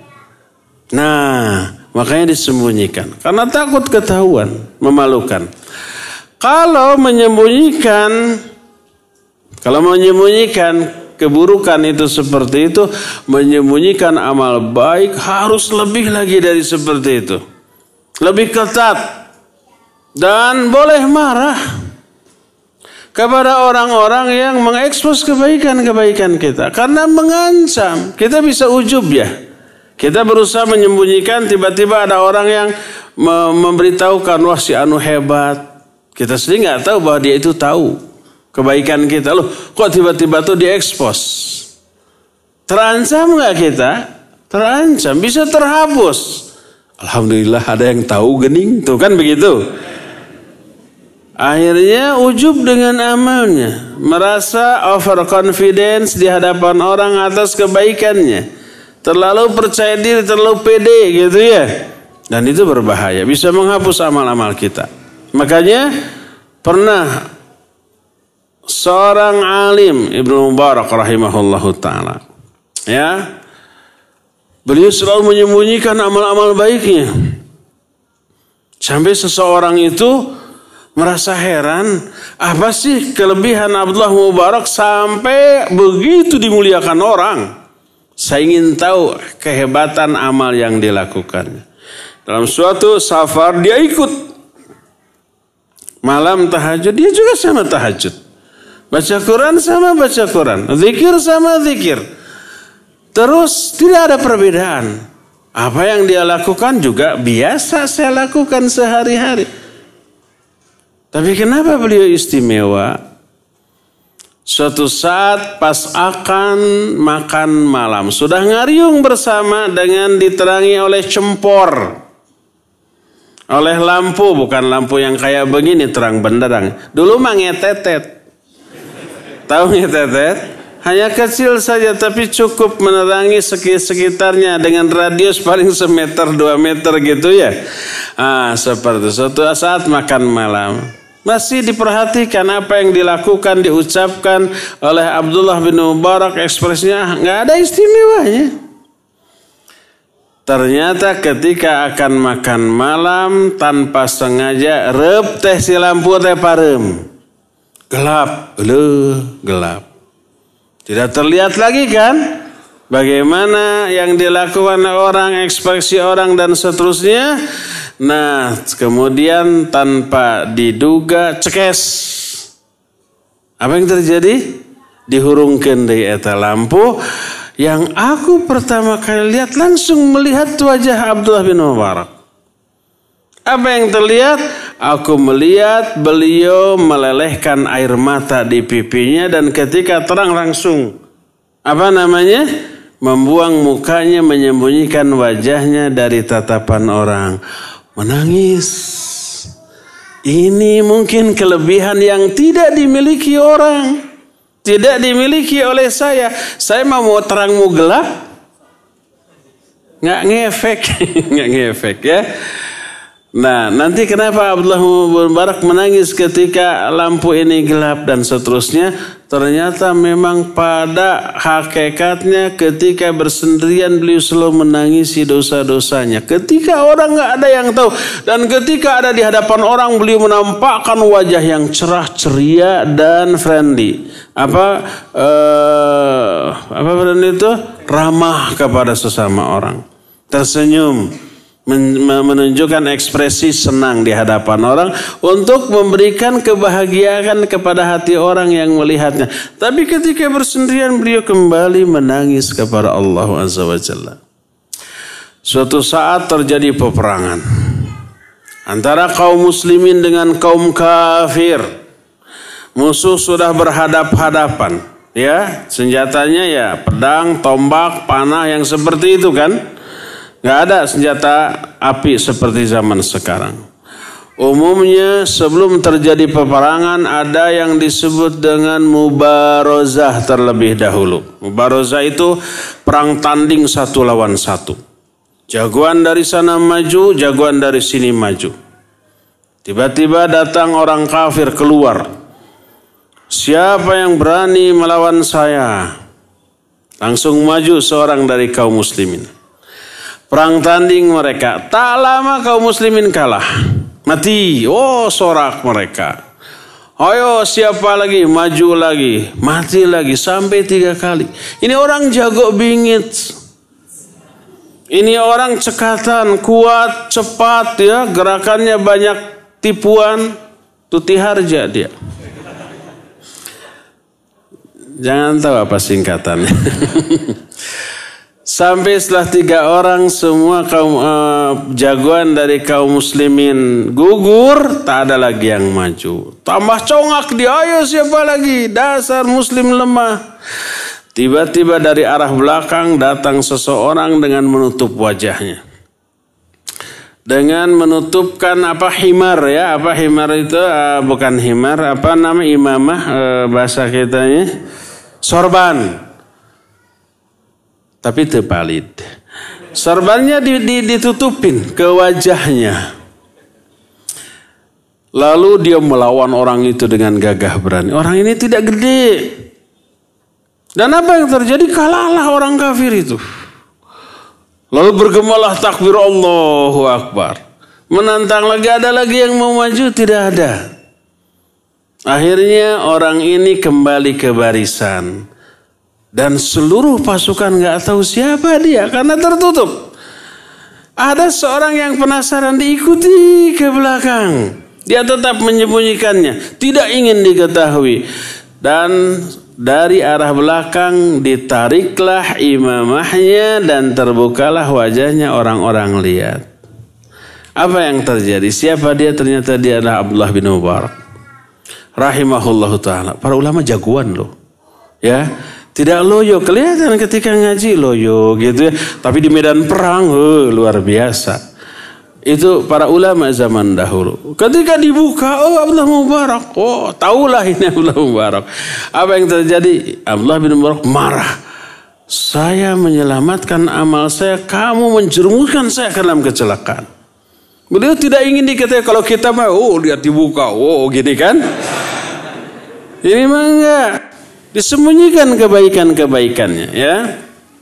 Nah, makanya disembunyikan. Karena takut ketahuan, memalukan. Kalau menyembunyikan, kalau menyembunyikan keburukan itu seperti itu, menyembunyikan amal baik harus lebih lagi dari seperti itu. Lebih ketat. Dan boleh marah kepada orang-orang yang mengekspos kebaikan-kebaikan kita. Karena mengancam. Kita bisa ujub ya. Kita berusaha menyembunyikan, tiba-tiba ada orang yang memberitahukan, wah si anu hebat. Kita sendiri nggak tahu bahwa dia itu tahu kebaikan kita. Loh, kok tiba-tiba tuh diekspos? Terancam nggak kita? Terancam, bisa terhapus. Alhamdulillah ada yang tahu gening, tuh kan begitu. Akhirnya ujub dengan amalnya, merasa overconfidence di hadapan orang atas kebaikannya, terlalu percaya diri, terlalu pede gitu ya. Dan itu berbahaya, bisa menghapus amal-amal kita. Makanya pernah seorang alim, Ibnu Mubarak rahimahullahu ta'ala, ya, beliau selalu menyembunyikan amal-amal baiknya. Sampai seseorang itu merasa heran, apa sih kelebihan Abdullah Mubarak sampai begitu dimuliakan orang? Saya ingin tahu kehebatan amal yang dilakukannya. Dalam suatu safar dia ikut malam tahajud, dia juga sama tahajud. Baca Quran sama baca Quran, zikir sama zikir. Terus tidak ada perbedaan. Apa yang dia lakukan juga biasa saya lakukan sehari-hari. Tapi kenapa beliau istimewa? Suatu saat pas akan makan malam, sudah ngariung bersama dengan diterangi oleh cempor, oleh lampu, bukan lampu yang kayak begini terang benderang. Dulu mah ngetetet. Tahu ngetetet? Hanya kecil saja tapi cukup menerangi sekitarnya dengan radius paling semeter dua meter gitu ya. Ah, seperti suatu saat makan malam. Masih diperhatikan apa yang dilakukan, diucapkan oleh Abdullah bin Mubarak, ekspresinya nggak ada istimewanya. Ternyata ketika akan makan malam tanpa sengaja rep teh si lampu teh parem. Gelap, leuh, gelap. Tidak terlihat lagi kan bagaimana yang dilakukan orang, ekspresi orang dan seterusnya. Nah, kemudian tanpa diduga cekes. Apa yang terjadi? Dihurungkan dari eta lampu. Yang aku pertama kali lihat langsung melihat wajah Abdullah bin Mubarak. Apa yang terlihat? Aku melihat beliau melelehkan air mata di pipinya dan ketika terang langsung apa namanya? Membuang mukanya, menyembunyikan wajahnya dari tatapan orang. Menangis. Ini mungkin kelebihan yang tidak dimiliki orang. Tidak dimiliki oleh saya. Saya mau terang mau gelap. Nggak ngefek. Nggak ngefek ya. Nah, nanti kenapa Abdullah Mubarak menangis ketika lampu ini gelap dan seterusnya? Ternyata memang pada hakikatnya ketika bersendirian beliau selalu menangisi dosa-dosanya. Ketika orang nggak ada yang tahu dan ketika ada di hadapan orang beliau menampakkan wajah yang cerah, ceria dan friendly. Apa eh, apa friendly itu? Ramah kepada sesama orang. Tersenyum. Menunjukkan ekspresi senang di hadapan orang untuk memberikan kebahagiaan kepada hati orang yang melihatnya. Tapi ketika bersendirian beliau kembali menangis kepada Allah Azza wa Jalla. Suatu saat terjadi peperangan antara kaum muslimin dengan kaum kafir. Musuh sudah berhadap-hadapan, ya, senjatanya ya pedang, tombak, panah yang seperti itu kan. Gak ada senjata api seperti zaman sekarang. Umumnya sebelum terjadi peperangan ada yang disebut dengan mubarozah terlebih dahulu. Mubarozah itu perang tanding satu lawan satu. Jagoan dari sana maju, jagoan dari sini maju. Tiba-tiba datang orang kafir keluar. Siapa yang berani melawan saya? Langsung maju seorang dari kaum muslimin. Perang tanding mereka. Tak lama kaum muslimin kalah. Mati. Oh, sorak mereka. Ayo siapa lagi? Maju lagi. Mati lagi. Sampai tiga kali. Ini orang jago bingit. Ini orang cekatan, kuat, cepat ya. Gerakannya banyak tipuan. Tuti harja dia. Jangan tahu apa singkatannya. Sampai setelah tiga orang semua kaum uh, jagoan dari kaum muslimin gugur, tak ada lagi yang maju. Tambah congak dia, ayo siapa lagi? Dasar muslim lemah. Tiba-tiba dari arah belakang datang seseorang dengan menutup wajahnya. Dengan menutupkan apa himar ya, apa himar itu uh, bukan himar, apa nama imamah uh, bahasa kitanya? Sorban. Tapi terpalit. Sorbannya ditutupin ke wajahnya. Lalu dia melawan orang itu dengan gagah berani. Orang ini tidak gede. Dan apa yang terjadi? Kalahlah orang kafir itu. Lalu bergemalah takbir Allahu Akbar. Menantang lagi, ada lagi yang mau maju? Tidak ada. Akhirnya orang ini kembali ke barisan. Dan seluruh pasukan gak tahu siapa dia karena tertutup. Ada seorang yang penasaran diikuti ke belakang. Dia tetap menyembunyikannya. Tidak ingin diketahui. Dan dari arah belakang ditariklah imamahnya dan terbukalah wajahnya, orang-orang lihat. Apa yang terjadi? Siapa dia? Ternyata dia adalah Abdullah bin Mubarak. Rahimahullahu ta'ala. Para ulama jagoan loh. Ya. Tidak loyo, kelihatan ketika ngaji loyo gitu ya. Tapi di medan perang, oh, luar biasa. Itu para ulama zaman dahulu. Ketika dibuka, oh Abdullah Mubarak. Oh, tahulah ini Abdullah Mubarak. Apa yang terjadi? Abdullah bin Mubarak marah. Saya menyelamatkan amal saya, kamu menjerumuskan saya ke dalam kecelakaan. Beliau tidak ingin dikatakan kalau kita mah, oh lihat dibuka, oh gini kan. Ini mah enggak. Disembunyikan kebaikan-kebaikannya ya.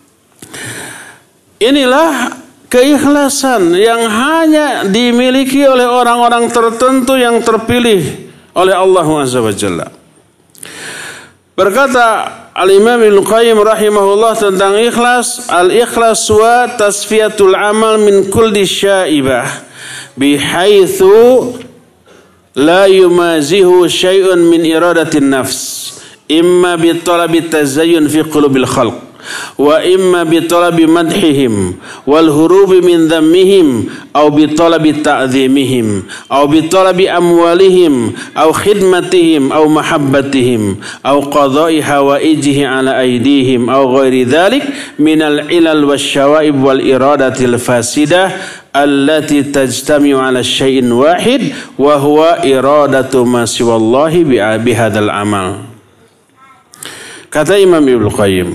Inilah keikhlasan yang hanya dimiliki oleh orang-orang tertentu yang terpilih oleh Allah Azza wa Jalla. Berkata Al-Imam Ibnu Qayyim rahimahullah tentang ikhlas, al-ikhlas wa tasfiyatul amal min kulli syaibah bihaitsu la yumazihu syai'un min iradatin nafs. Imma bi talabi tazayyun fi qulubil khalq wa imma bi talabi madhihim wal hurubi min dhammihim aw bi talabi ta'dhimihim aw bi talabi amwalihim aw khidmatihim aw mahabbatihim aw qada'i hawaijihi ala aydihim aw ghairi dhalik min al ilal wasyawaib wal iradatil fasidah allati tajtami'u ala syai'in wahid wa huwa iradatu ma siwallahi bi bihadzal amal. Kata Imam Ibnu Qayyim,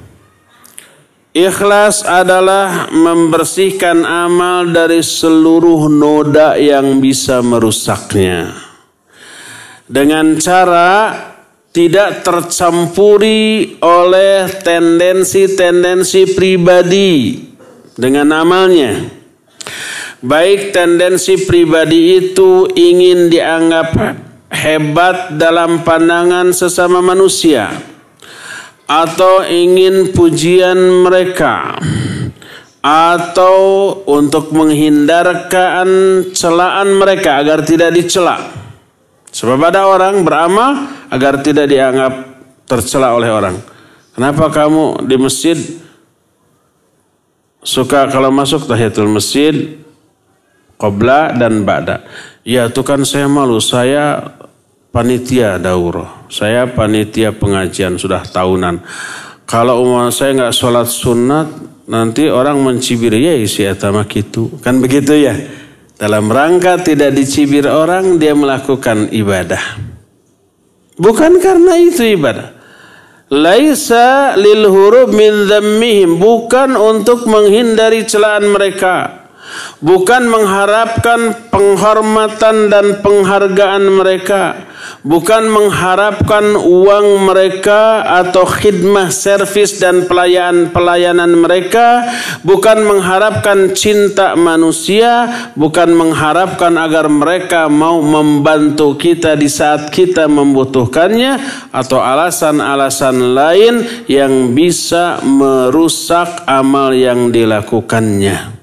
ikhlas adalah membersihkan amal dari seluruh noda yang bisa merusaknya. Dengan cara tidak tercampuri oleh tendensi-tendensi pribadi dengan amalnya. Baik tendensi pribadi itu ingin dianggap hebat dalam pandangan sesama manusia, atau ingin pujian mereka, atau untuk menghindarkan celaan mereka agar tidak dicela. Sebab ada orang beramal agar tidak dianggap tercela oleh orang. Kenapa kamu di masjid suka kalau masuk tahiyatul masjid qabla dan ba'da. Ya itu kan saya malu, saya panitia daurah, saya panitia pengajian sudah tahunan. Kalau umur saya nggak sholat sunat, nanti orang mencibir, ya isi atama gitu. Kan begitu ya. Dalam rangka tidak dicibir orang, dia melakukan ibadah. Bukan karena itu ibadah. Laisa lil hurub min dhammihim, bukan untuk menghindari celaan mereka, bukan mengharapkan penghormatan dan penghargaan mereka, bukan mengharapkan uang mereka atau khidmah servis dan pelayanan-pelayanan mereka, bukan mengharapkan cinta manusia, bukan mengharapkan agar mereka mau membantu kita di saat kita membutuhkannya, atau alasan-alasan lain yang bisa merusak amal yang dilakukannya.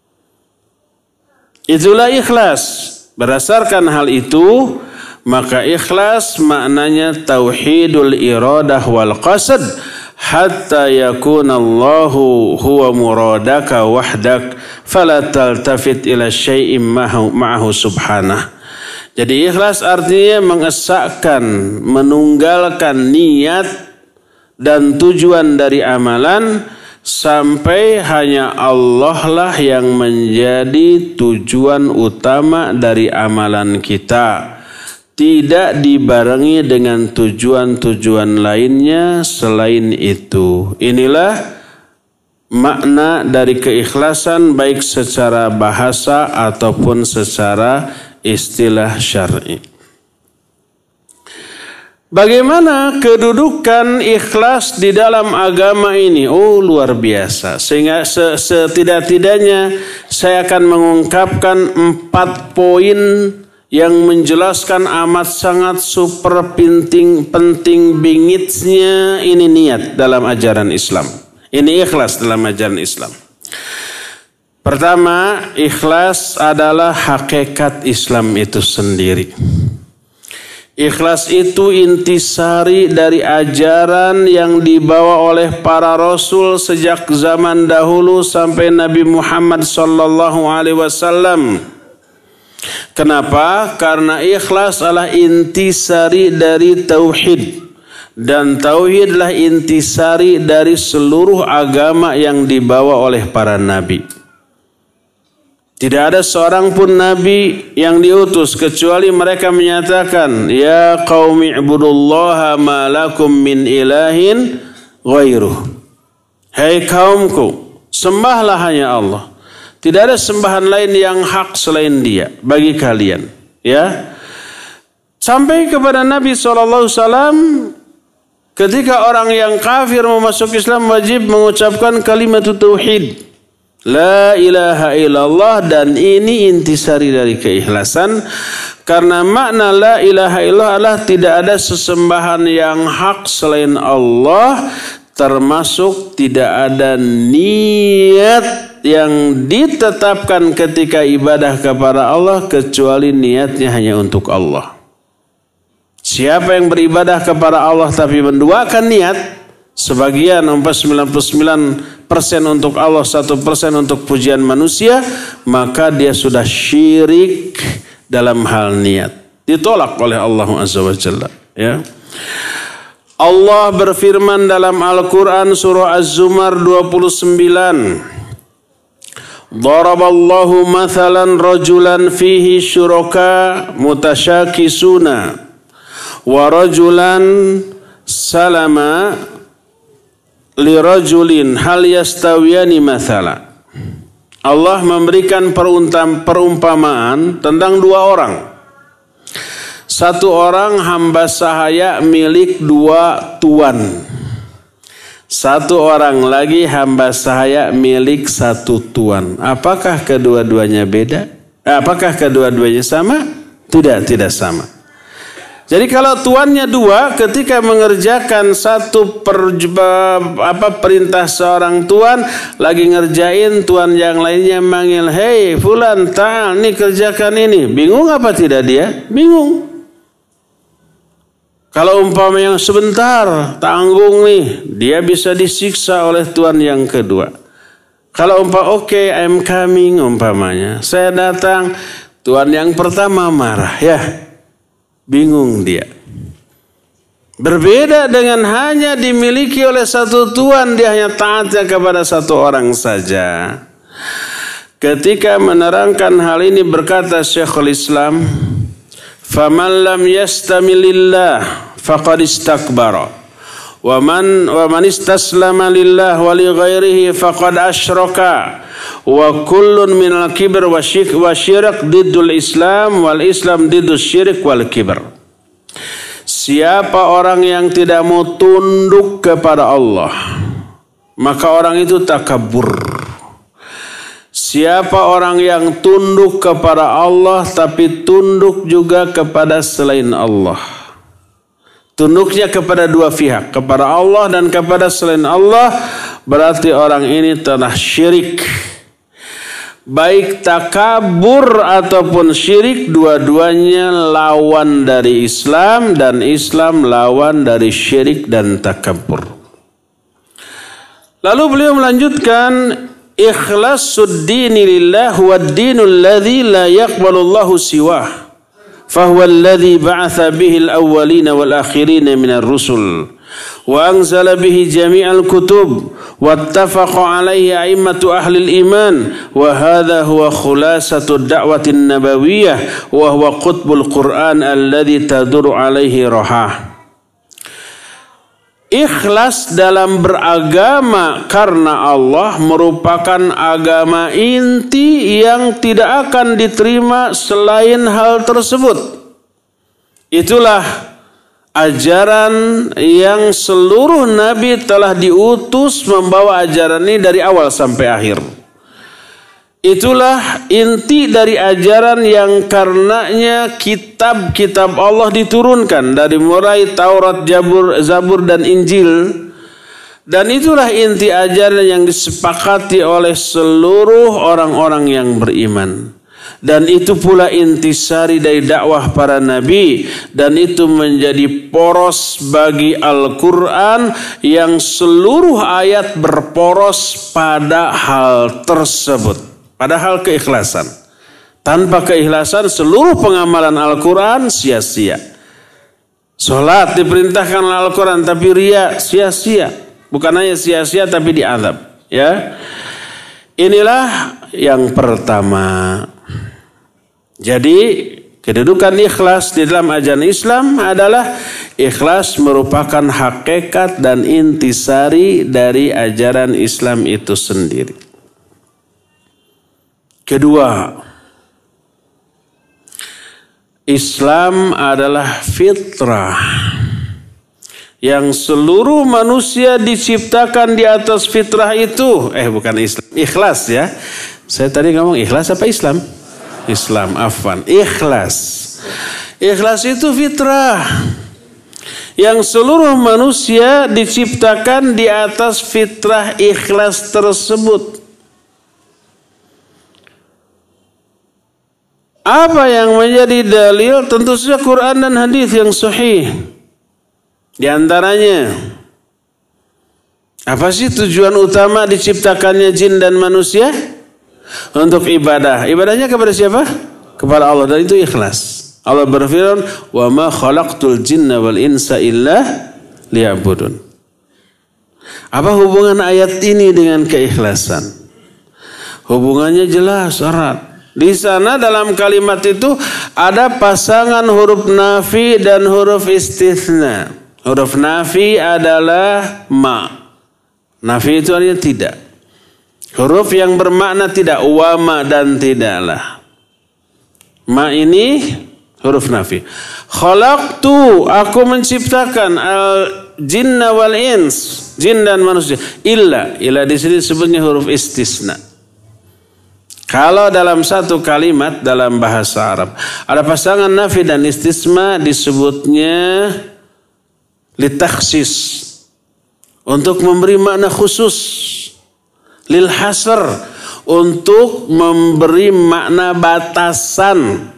Itulah ikhlas. Berdasarkan hal itu, maka ikhlas maknanya tauhidul iradah wal qasad hatta yakunallahu huwa muradaka wahdak fala taltafit ila syai'in ma'ahu subhanah. Jadi ikhlas artinya mengesahkan, menunggalkan niat dan tujuan dari amalan sampai hanya Allah lah yang menjadi tujuan utama dari amalan kita, tidak dibarengi dengan tujuan-tujuan lainnya selain itu. Inilah makna dari keikhlasan baik secara bahasa ataupun secara istilah syar'i. Bagaimana kedudukan ikhlas di dalam agama ini? Oh, luar biasa. Sehingga setidak-tidaknya saya akan mengungkapkan empat poin yang menjelaskan amat sangat super penting, penting bingitsnya ini niat dalam ajaran Islam. Ini ikhlas dalam ajaran Islam. Pertama, ikhlas adalah hakikat Islam itu sendiri. Ikhlas itu intisari dari ajaran yang dibawa oleh para rasul sejak zaman dahulu sampai Nabi Muhammad sallallahu alaihi wasallam. Kenapa? Karena ikhlas adalah intisari dari tauhid, dan tauhidlah intisari dari seluruh agama yang dibawa oleh para nabi. Tidak ada seorang pun nabi yang diutus kecuali mereka menyatakan, ya qaumi ibudullaha ma lakum min ilahin ghairuh. Hai kaumku, sembahlah hanya Allah. Tidak ada sembahan lain yang hak selain Dia bagi kalian. Ya, sampai kepada Nabi shallallahu alaihi wasallam, ketika orang yang kafir mau masuk Islam wajib mengucapkan kalimat tauhid. La ilaha illallah, dan ini intisari dari keikhlasan, karena makna la ilaha illallah adalah tidak ada sesembahan yang hak selain Allah, termasuk tidak ada niat yang ditetapkan ketika ibadah kepada Allah kecuali niatnya hanya untuk Allah. Siapa yang beribadah kepada Allah tapi menduakan niat, sebagian sembilan puluh sembilan persen untuk Allah, satu persen untuk pujian manusia, maka dia sudah syirik dalam hal niat. Ditolak oleh Allah Azza wa Jalla. Ya. Allah berfirman dalam Al-Quran surah Az-Zumar dua puluh sembilan. Daraballahu mathalan rajulan fihi syuraka mutasyakisuna wa rajulan salama lirajulin hal yastawiyani mathala. Allah memberikan perumpamaan tentang dua orang. Satu orang hamba sahaya milik dua tuan. Satu orang lagi hamba sahaya milik satu tuan. Apakah kedua-duanya beda? Apakah kedua-duanya sama? Tidak, tidak sama. Jadi kalau tuannya dua, ketika mengerjakan satu per, apa, perintah seorang tuan, lagi ngerjain, tuan yang lainnya manggil, hei fulan ta'al, nih kerjakan ini. Bingung apa tidak dia? Bingung. Kalau umpama yang sebentar, tanggung nih, dia bisa disiksa oleh tuan yang kedua. Kalau umpah oke, okay, I'm coming umpamanya. Saya datang, tuan yang pertama marah, ya. Bingung dia. Berbeda dengan hanya dimiliki oleh satu tuan, dia hanya taatnya kepada satu orang saja. Ketika menerangkan hal ini berkata Syekhul Islam, "Faman lam yastamilillah faqad istakbara. Wa man wa man istaslama lillah wa li ghairihi faqad asyraka. Wa kullun minal kibr wa syirk wa syirk diddul Islam wal Islam diddus syirik wal kibr." Siapa orang yang tidak mau tunduk kepada Allah, maka orang itu takabur. Siapa orang yang tunduk kepada Allah tapi tunduk juga kepada selain Allah, tunduknya kepada dua pihak, kepada Allah dan kepada selain Allah, berarti orang ini telah syirik. Baik takabur ataupun syirik, dua-duanya lawan dari Islam, dan Islam lawan dari syirik dan takabur. Lalu beliau melanjutkan, ikhlasul dini lillah wa dinul ladzi la yaqbalullahu siwah. Fahuwa alladzi ba'atha bihi al-awwalina wal akhirina minar rusul wa anzala bihi jami'al kutub wattafaqa alaihi a'immatu ahli al-iman wa hadha huwa khulasatu da'wati an-nabawiyyah wa huwa qutbul Qur'an alladzi taduru alaihi rohah. Ikhlas dalam beragama karena Allah merupakan agama inti yang tidak akan diterima selain hal tersebut. Itulah ajaran yang seluruh nabi telah diutus membawa ajaran ini dari awal sampai akhir. Itulah inti dari ajaran yang karenanya kitab-kitab Allah diturunkan dari mulai Taurat, Jabur, Zabur dan Injil. Dan itulah inti ajaran yang disepakati oleh seluruh orang-orang yang beriman. Dan itu pula intisari dari dakwah para nabi, dan itu menjadi poros bagi Al-Quran yang seluruh ayat berporos pada hal tersebut. Padahal keikhlasan. Tanpa keikhlasan seluruh pengamalan Al-Quran sia-sia. Sholat diperintahkan oleh Al-Quran tapi riya sia-sia. Bukan hanya sia-sia tapi diazab. Ya. Inilah yang pertama. Jadi kedudukan ikhlas di dalam ajaran Islam adalah ikhlas merupakan hakikat dan intisari dari ajaran Islam itu sendiri. Kedua, Islam adalah fitrah yang seluruh manusia diciptakan di atas fitrah itu. Eh bukan Islam, ikhlas ya. Saya tadi ngomong ikhlas apa Islam? Islam, afwan. Ikhlas. Ikhlas itu fitrah yang seluruh manusia diciptakan di atas fitrah ikhlas tersebut. Apa yang menjadi dalil? Tentu saja Quran dan hadis yang sahih. Di antaranya, apa sih tujuan utama diciptakannya jin dan manusia? Untuk ibadah. Ibadahnya kepada siapa? Kepada Allah, dan itu ikhlas. Allah berfirman, "Wa ma khalaqtul jinna wal insa illa liya'budun." Apa hubungan ayat ini dengan keikhlasan? Hubungannya jelas, erat. Di sana dalam kalimat itu ada pasangan huruf nafi dan huruf istitsna. Huruf nafi adalah ma. Nafi itu artinya tidak. Huruf yang bermakna tidak, wa ma dan tidaklah. Ma ini huruf nafi. Khalaqtu, aku menciptakan al jinna wal ins, jin dan manusia. Illa, illa di sini sebutnya huruf istisna. Kalau dalam satu kalimat dalam bahasa Arab ada pasangan nafi dan istisna, disebutnya litakhsis, untuk memberi makna khusus. Lil hasr, untuk memberi makna batasan.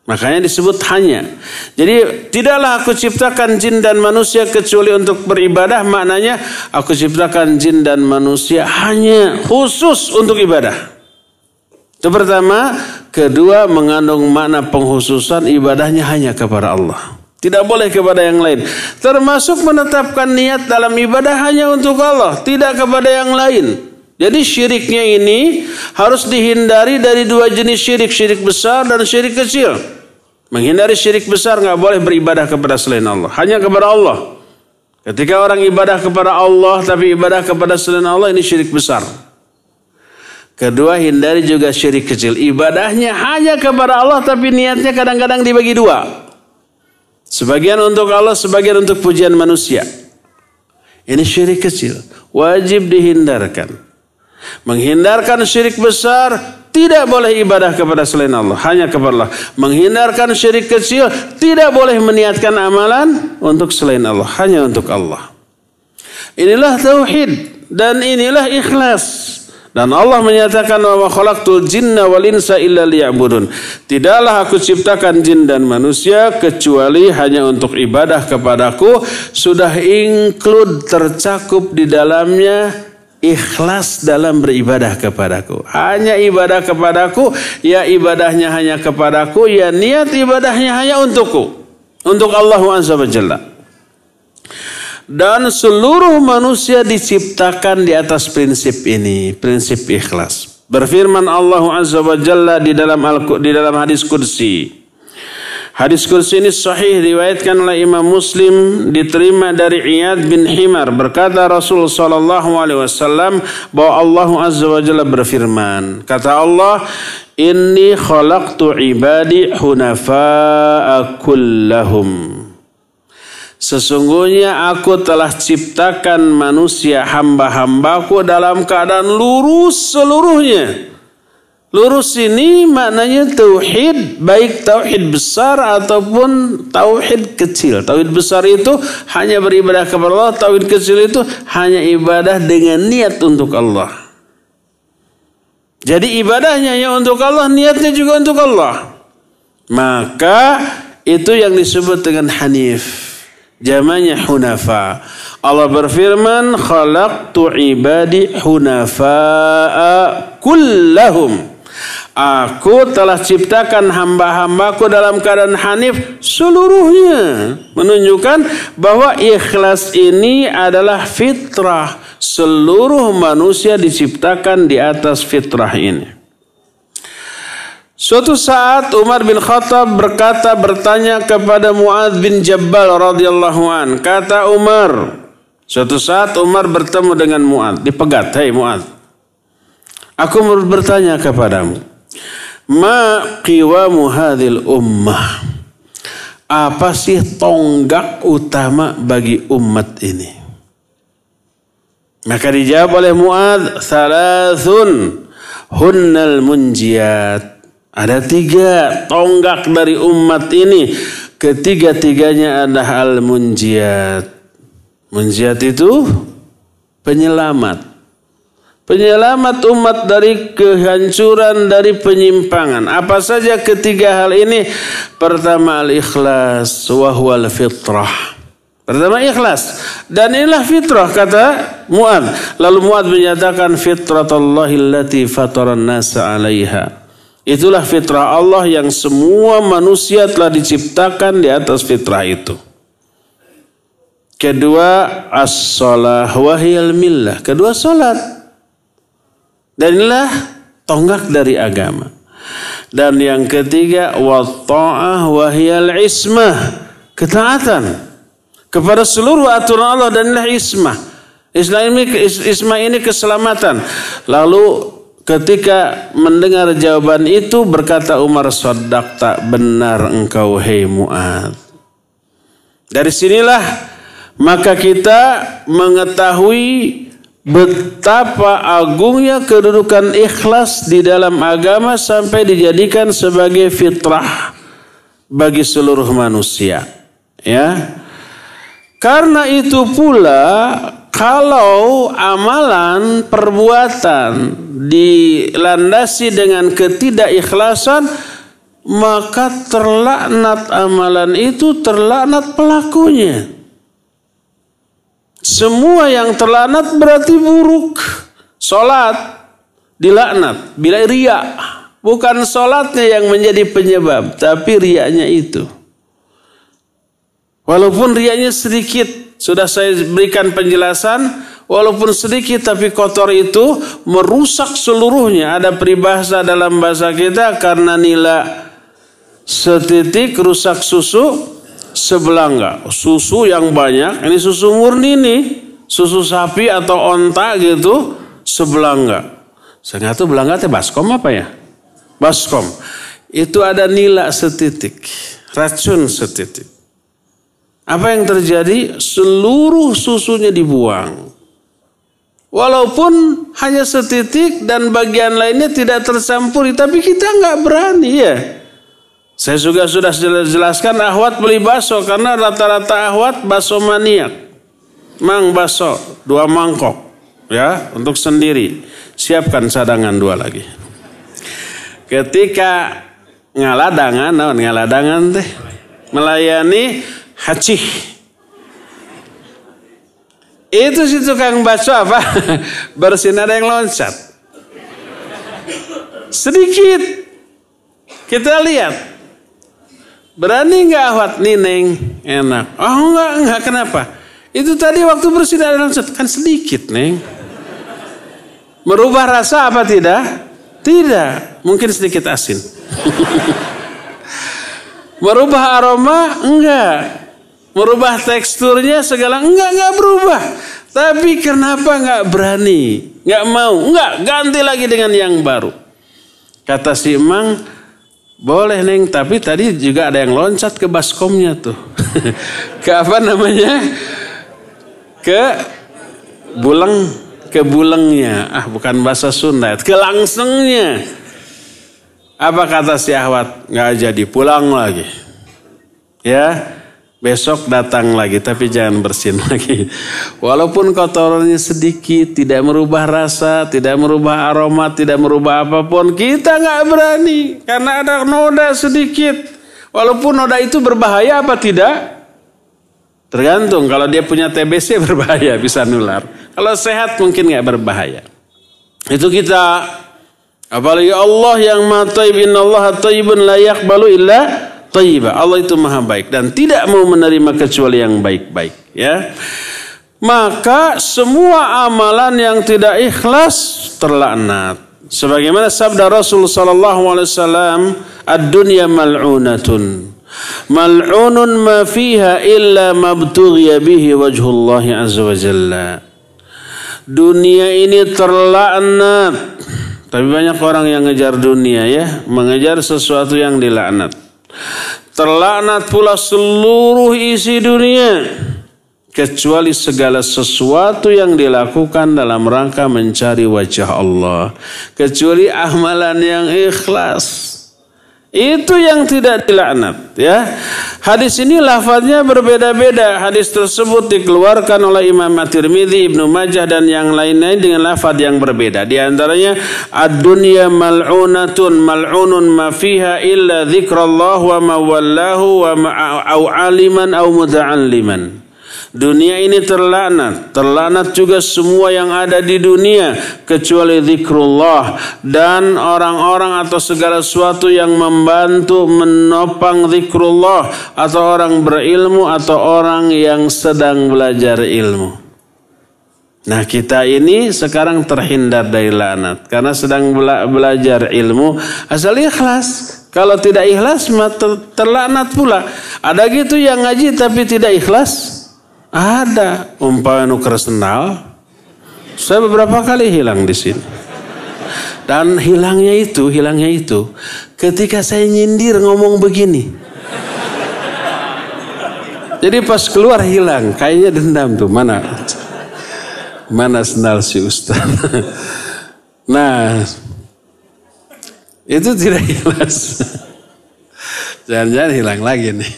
Makanya disebut hanya. Jadi tidaklah aku ciptakan jin dan manusia kecuali untuk beribadah. Maknanya aku ciptakan jin dan manusia hanya khusus untuk ibadah. Itu pertama. Kedua, mengandung makna penghususan ibadahnya hanya kepada Allah. Tidak boleh kepada yang lain. Termasuk menetapkan niat dalam ibadah hanya untuk Allah. Tidak kepada yang lain. Jadi syiriknya ini harus dihindari dari dua jenis syirik. Syirik besar dan syirik kecil. Menghindari syirik besar, nggak boleh beribadah kepada selain Allah. Hanya kepada Allah. Ketika orang ibadah kepada Allah tapi ibadah kepada selain Allah, ini syirik besar. Kedua, hindari juga syirik kecil. Ibadahnya hanya kepada Allah tapi niatnya kadang-kadang dibagi dua. Sebagian untuk Allah, sebagian untuk pujian manusia. Ini syirik kecil. Wajib dihindarkan. Menghindarkan syirik besar, tidak boleh ibadah kepada selain Allah, hanya kepada Allah. Menghindarkan syirik kecil, tidak boleh meniatkan amalan untuk selain Allah, hanya untuk Allah. Inilah tauhid dan inilah ikhlas. Dan Allah menyatakan, wa ma khalaqtul jinna wal insa illa liya'budun. Tidaklah aku ciptakan jin dan manusia kecuali hanya untuk ibadah kepadaku. Sudah include, tercakup di dalamnya ikhlas dalam beribadah kepadaku. Hanya ibadah kepadaku, ya ibadahnya hanya kepadaku, ya niat ibadahnya hanya untukku, untuk Allah Azza wa Jalla. Dan seluruh manusia diciptakan di atas prinsip ini, prinsip ikhlas. Berfirman Allah Azza wa Jalla di dalam di dalam hadis qudsi. Hadis kursi ini sahih, riwayatkan oleh Imam Muslim, diterima dari Iyad bin Himar. Berkata Rasul sallallahu alaihi wasallam bahwa Allah Azza wa Jalla berfirman. Kata Allah, "Inni khalaqtu ibadi hunafa'a kullahum." Sesungguhnya aku telah ciptakan manusia hamba-hambaku dalam keadaan lurus seluruhnya. Lurus ini maknanya tauhid, baik tauhid besar ataupun tauhid kecil. Tauhid besar itu hanya beribadah kepada Allah, tauhid kecil itu hanya ibadah dengan niat untuk Allah. Jadi ibadahnya hanya untuk Allah, niatnya juga untuk Allah. Maka itu yang disebut dengan hanif. Jamanya hunafa. Allah berfirman, khalaqtu ibadi hunafa'a kullahum. Aku telah ciptakan hamba-hambaku dalam keadaan hanif seluruhnya. Menunjukkan bahwa ikhlas ini adalah fitrah. Seluruh manusia diciptakan di atas fitrah ini. Suatu saat Umar bin Khattab berkata, bertanya kepada Mu'adz bin Jabal radhiyallahu an. Kata Umar, suatu saat Umar bertemu dengan Mu'adz, dipegat, "Hei Mu'adz, aku bertanya kepadamu, ma qiwamu hadhil ummah?" Apa sih tonggak utama bagi umat ini? Maka dijawab oleh Mu'adz, "Thalathun hunnal munjiyat." Ada tiga tonggak dari umat ini. Ketiga-tiganya adalah al-munjiyat. Munjiyat itu penyelamat. Penyelamat umat dari kehancuran, dari penyimpangan. Apa saja ketiga hal ini? Pertama al-ikhlas, wa huwal fitrah. Pertama ikhlas. Dan inilah fitrah, kata Mu'adz. Lalu Mu'adz menyatakan, fitratallahi allati fataran nasa 'alaiha. Itulah fitrah Allah yang semua manusia telah diciptakan di atas fitrah itu. Kedua, as-salah wa hiyal millah. Kedua, salat. Dan inilah tonggak dari agama. Dan yang ketiga, wa ta'ah wa hiyal ismah. Ketaatan kepada seluruh aturan Allah, dan inilah ismah. Islam ini, ismah ini keselamatan. Lalu ketika mendengar jawaban itu, berkata Umar, "Shaddaqta, benar engkau hei Mu'adz." Dari sinilah maka kita mengetahui betapa agungnya kedudukan ikhlas di dalam agama sampai dijadikan sebagai fitrah bagi seluruh manusia. Ya. Karena itu pula, kalau amalan perbuatan dilandasi dengan ketidakikhlasan, maka terlaknat amalan itu, terlaknat pelakunya. Semua yang terlaknat berarti buruk. Salat dilaknat bila riya. Bukan salatnya yang menjadi penyebab, tapi riyanya itu. Walaupun riyanya sedikit, sudah saya berikan penjelasan, walaupun sedikit tapi kotor itu merusak seluruhnya. Ada peribahasa dalam bahasa kita, karena nila setitik rusak susu sebelangga. Susu yang banyak, ini susu murni nih, susu sapi atau onta gitu, sebelangga. Saya nggak tahu belangga teh baskom apa ya? Baskom. Itu ada nila setitik, racun setitik. Apa yang terjadi? Seluruh susunya dibuang. Walaupun hanya setitik dan bagian lainnya tidak tercampuri, tapi kita nggak berani ya. Saya juga sudah jelaskan ahwat beli bakso karena rata-rata ahwat bakso maniak. Mang bakso dua mangkok ya untuk sendiri. Siapkan cadangan dua lagi. Ketika ngaladangan, naon ngaladangan teh melayani hacih. Itu si tukang bakso apa? Bersin ada yang loncat. Sedikit. Kita lihat. Berani nggak ahwat nineng? Enak. Oh enggak, enggak. Kenapa? Itu tadi waktu bersin ada yang loncat. Kan sedikit, Neng. Merubah rasa apa tidak? Tidak. Mungkin sedikit asin. Merubah aroma? Enggak. Merubah teksturnya segala? Enggak, enggak berubah. Tapi kenapa enggak berani? Enggak mau? Enggak, ganti lagi dengan yang baru. Kata si Emang, boleh Neng, tapi tadi juga ada yang loncat ke baskomnya tuh. Ke apa namanya? Ke bulang, ke bulengnya. Ah, bukan bahasa Sunda, ke langsengnya. Apa kata si ahwat? Nggak jadi, pulang lagi. Ya, besok datang lagi, tapi jangan bersin lagi. Walaupun kotorannya sedikit, tidak merubah rasa, tidak merubah aroma, tidak merubah apapun, kita nggak berani karena ada noda sedikit. Walaupun noda itu berbahaya apa tidak? Tergantung. Kalau dia punya T B C berbahaya, bisa nular. Kalau sehat mungkin nggak berbahaya. Itu kita. Apalagi Allah yang maha thayyib, innallaha thayyibun la yaqbalu illa thayyiba. Allah itu maha baik dan tidak mau menerima kecuali yang baik-baik, ya. Maka semua amalan yang tidak ikhlas terlaknat. Sebagaimana sabda Rasul sallallahu alaihi wasallam, ad-dunya mal'unatun. Mal'unun ma fiha illa mabtughiya bihi wajhullahi azza wa jalla. Dunia ini terlaknat. Tapi banyak orang yang ngejar dunia ya, mengejar sesuatu yang dilaknat. Terlaknat pula seluruh isi dunia, kecuali segala sesuatu yang dilakukan dalam rangka mencari wajah Allah. Kecuali amalan yang ikhlas. Itu yang tidak dilaknat, ya. Hadis ini lafaznya berbeda-beda. Hadis tersebut dikeluarkan oleh Imam At-Tirmidzi, Ibnu Majah dan yang lainnya dengan lafaz yang berbeda. Di antaranya ad-dunya mal'unatun mal'unun ma fiha illa dzikrullah wa ma wallahu wa ma au aliman au muta'alliman. Dunia ini terlaknat, terlaknat juga semua yang ada di dunia kecuali zikrullah dan orang-orang atau segala sesuatu yang membantu menopang zikrullah atau orang berilmu atau orang yang sedang belajar ilmu. Nah, kita ini sekarang terhindar dari laknat karena sedang bela belajar ilmu asal ikhlas. Kalau tidak ikhlas maka terlaknat pula. Ada gitu yang ngaji tapi tidak ikhlas. Ada umpama nuker sendal. Saya beberapa kali hilang di sini. Dan hilangnya itu, hilangnya itu ketika saya nyindir ngomong begini. Jadi pas keluar hilang, kayaknya dendam tuh, mana mana sendal si Ustaz. Nah, itu tidak ikhlas. Jangan-jangan hilang lagi nih.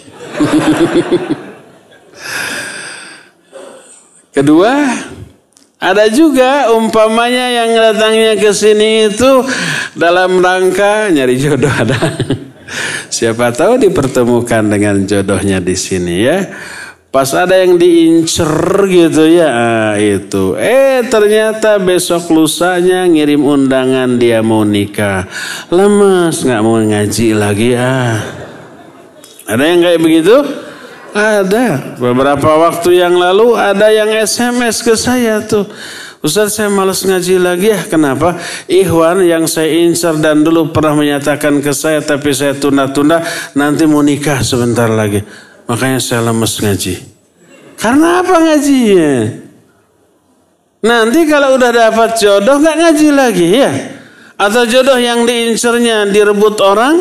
Kedua, ada juga umpamanya yang datangnya ke sini itu dalam rangka nyari jodoh ada. Siapa tahu dipertemukan dengan jodohnya di sini ya. Pas ada yang diincer gitu ya, ah, itu. Eh ternyata besok lusanya ngirim undangan dia mau nikah. Lemes, nggak mau ngaji lagi ah. Ada yang kayak begitu? Ada. Beberapa waktu yang lalu ada yang S M S ke saya tuh. Ustaz saya malas ngaji lagi ya. Kenapa? Ikhwan yang saya incer dan dulu pernah menyatakan ke saya tapi saya tunda-tunda nanti mau nikah sebentar lagi. Makanya saya lemes ngaji. Karena apa ngajinya? Nanti kalau udah dapat jodoh gak ngaji lagi ya? Atau jodoh yang diincernya direbut orang?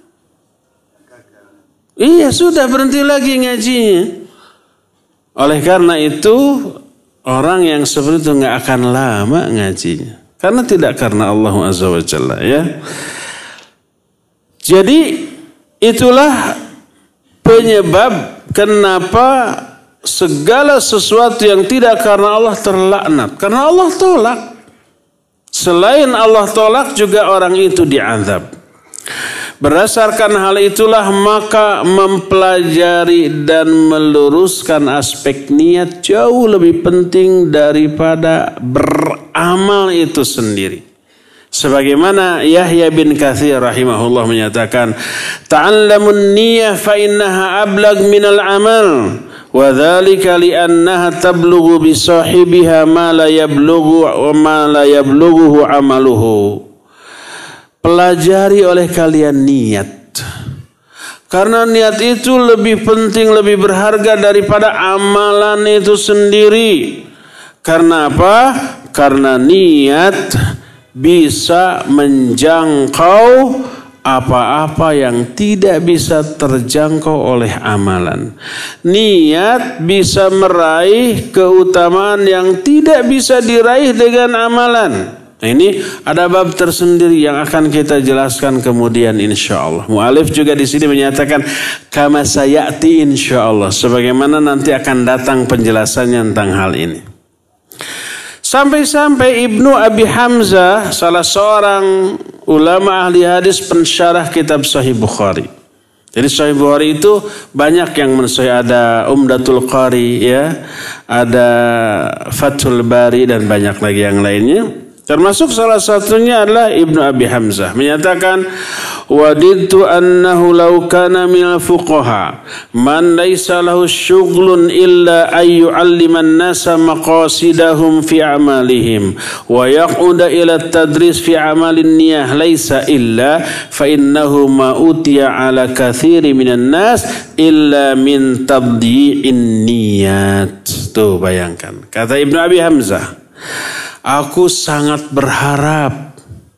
Iya sudah berhenti lagi ngajinya. Oleh karena itu orang yang seperti itu gak akan lama ngajinya. Karena tidak karena Allah Azza wa Jalla ya. Jadi itulah penyebab kenapa segala sesuatu yang tidak karena Allah terlaknat. Karena Allah tolak. Selain Allah tolak juga orang itu diazab. Berdasarkan hal itulah maka mempelajari dan meluruskan aspek niat jauh lebih penting daripada beramal itu sendiri. Sebagaimana Yahya bin Katsir rahimahullah menyatakan, ta'allamun niyyah fa innaha ablag minal amal wa dzalika li'annaha tablughu bi sahibiha ma la yablughu wa ma la yablughu amaluhu. Pelajari oleh kalian niat. Karena niat itu lebih penting, lebih berharga daripada amalan itu sendiri. Karena apa? Karena niat bisa menjangkau apa-apa yang tidak bisa terjangkau oleh amalan. Niat bisa meraih keutamaan yang tidak bisa diraih dengan amalan. Nah, ini ada bab tersendiri yang akan kita jelaskan kemudian insya Allah. Mu'alif juga di sini menyatakan kama sayati insya Allah. Sebagaimana nanti akan datang penjelasannya tentang hal ini. Sampai-sampai Ibnu Abi Hamzah, salah seorang ulama ahli hadis pensyarah kitab Sahih Bukhari. Jadi Sahih Bukhari itu banyak yang mensahih, ada Umdatul Qari ya, ada Fathul Bari dan banyak lagi yang lainnya. Termasuk salah satunya adalah Ibnu Abi Hamzah menyatakan wadidtu annahu law kana minal fuqaha man laysa lahu syughlun illa ay yu'allima an-nasa maqasidahum fi a'malihim wa yaquda ila at-tadris fi a'malin niyah laysa illa fa innahu ma utiya ala katsiri minan nas illa min tabdi'in niyat. Tuh bayangkan kata Ibnu Abi Hamzah, aku sangat berharap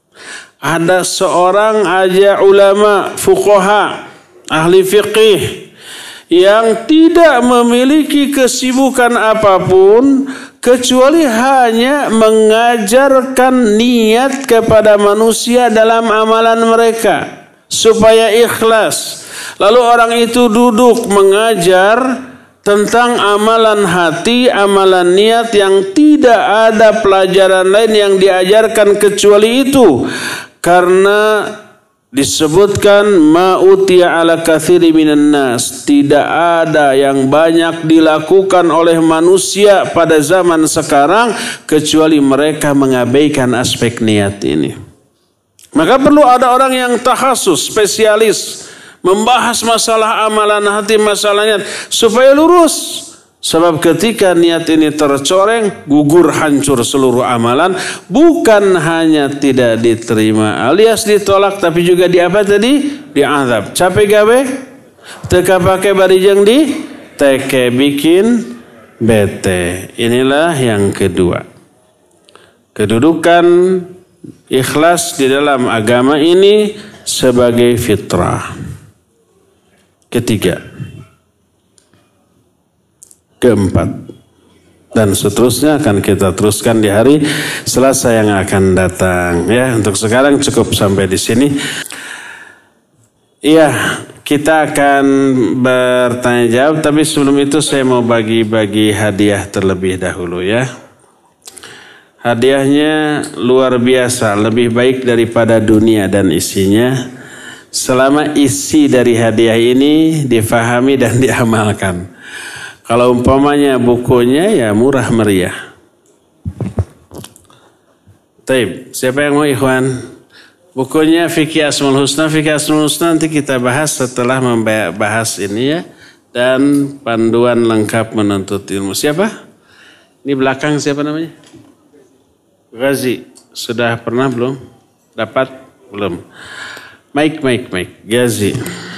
ada seorang aja ulama fuqaha ahli fiqih yang tidak memiliki kesibukan apapun kecuali hanya mengajarkan niat kepada manusia dalam amalan mereka supaya ikhlas. Lalu orang itu duduk mengajar tentang amalan hati, amalan niat yang tidak ada pelajaran lain yang diajarkan kecuali itu. Karena disebutkan ma'utiya ala katsiri minan nas, tidak ada yang banyak dilakukan oleh manusia pada zaman sekarang kecuali mereka mengabaikan aspek niat ini. Maka perlu ada orang yang takhasus, spesialis membahas masalah amalan hati, masalah niat supaya lurus. Sebab ketika niat ini tercoreng, gugur hancur seluruh amalan. Bukan hanya tidak diterima alias ditolak, tapi juga di apa tadi? Diazab. Capek gawe? Teka pakai barijeng di teke bikin bete. Inilah yang kedua. Kedudukan ikhlas di dalam agama ini sebagai fitrah. Ketiga, keempat, dan seterusnya akan kita teruskan di hari Selasa yang akan datang. Ya, untuk sekarang cukup sampai di sini. Iya, kita akan bertanya jawab, tapi sebelum itu saya mau bagi-bagi hadiah terlebih dahulu ya. Hadiahnya luar biasa, lebih baik daripada dunia dan isinya. selama isi dari hadiah ini difahami dan diamalkan. Kalau umpamanya bukunya ya murah meriah. Taib, siapa yang mau ikhwan? Bukunya Fikih Asmaul Husna, Fikih Asmaul Husna nanti kita bahas setelah membahas ini ya. Dan panduan lengkap menuntut ilmu. Siapa? Ini belakang siapa namanya? Ghazi. Sudah pernah belum? Dapat? Belum. Mike, Mike, Mike. Ghazi.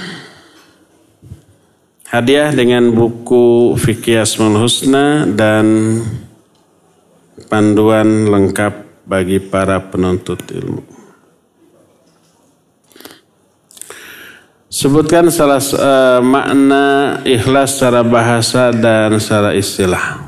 Hadiah dengan buku Fikih Asmaul Husna dan panduan lengkap bagi para penuntut ilmu. Sebutkan salah uh, makna ikhlas secara bahasa dan secara istilah.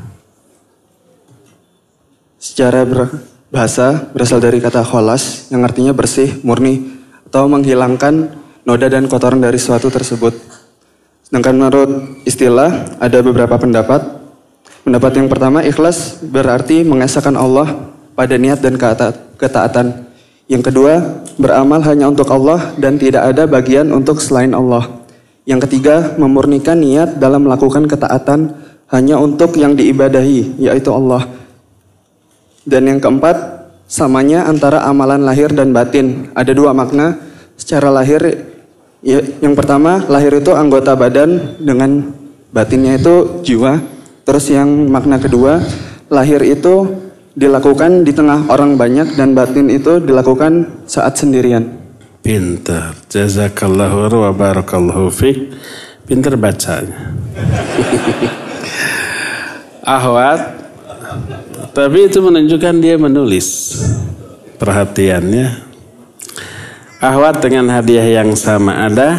Secara bahasa berasal dari kata kholas yang artinya bersih, murni, atau menghilangkan noda dan kotoran dari suatu tersebut. Sedangkan menurut istilah ada beberapa pendapat. Pendapat yang pertama, ikhlas berarti mengesahkan Allah pada niat dan ketaatan. Yang kedua, beramal hanya untuk Allah dan tidak ada bagian untuk selain Allah. Yang ketiga, memurnikan niat dalam melakukan ketaatan hanya untuk yang diibadahi, yaitu Allah. Dan yang keempat, samanya antara amalan lahir dan batin. Ada dua makna. Secara lahir, ya, yang pertama, lahir itu anggota badan dengan batinnya itu jiwa. Terus yang makna kedua, lahir itu dilakukan di tengah orang banyak dan batin itu dilakukan saat sendirian. Pintar. Jazakallahu wa barakallahu fiik. Pintar bacanya. Ahwat. Tapi itu menunjukkan dia menulis. Perhatiannya. Ahwat dengan hadiah yang sama ada?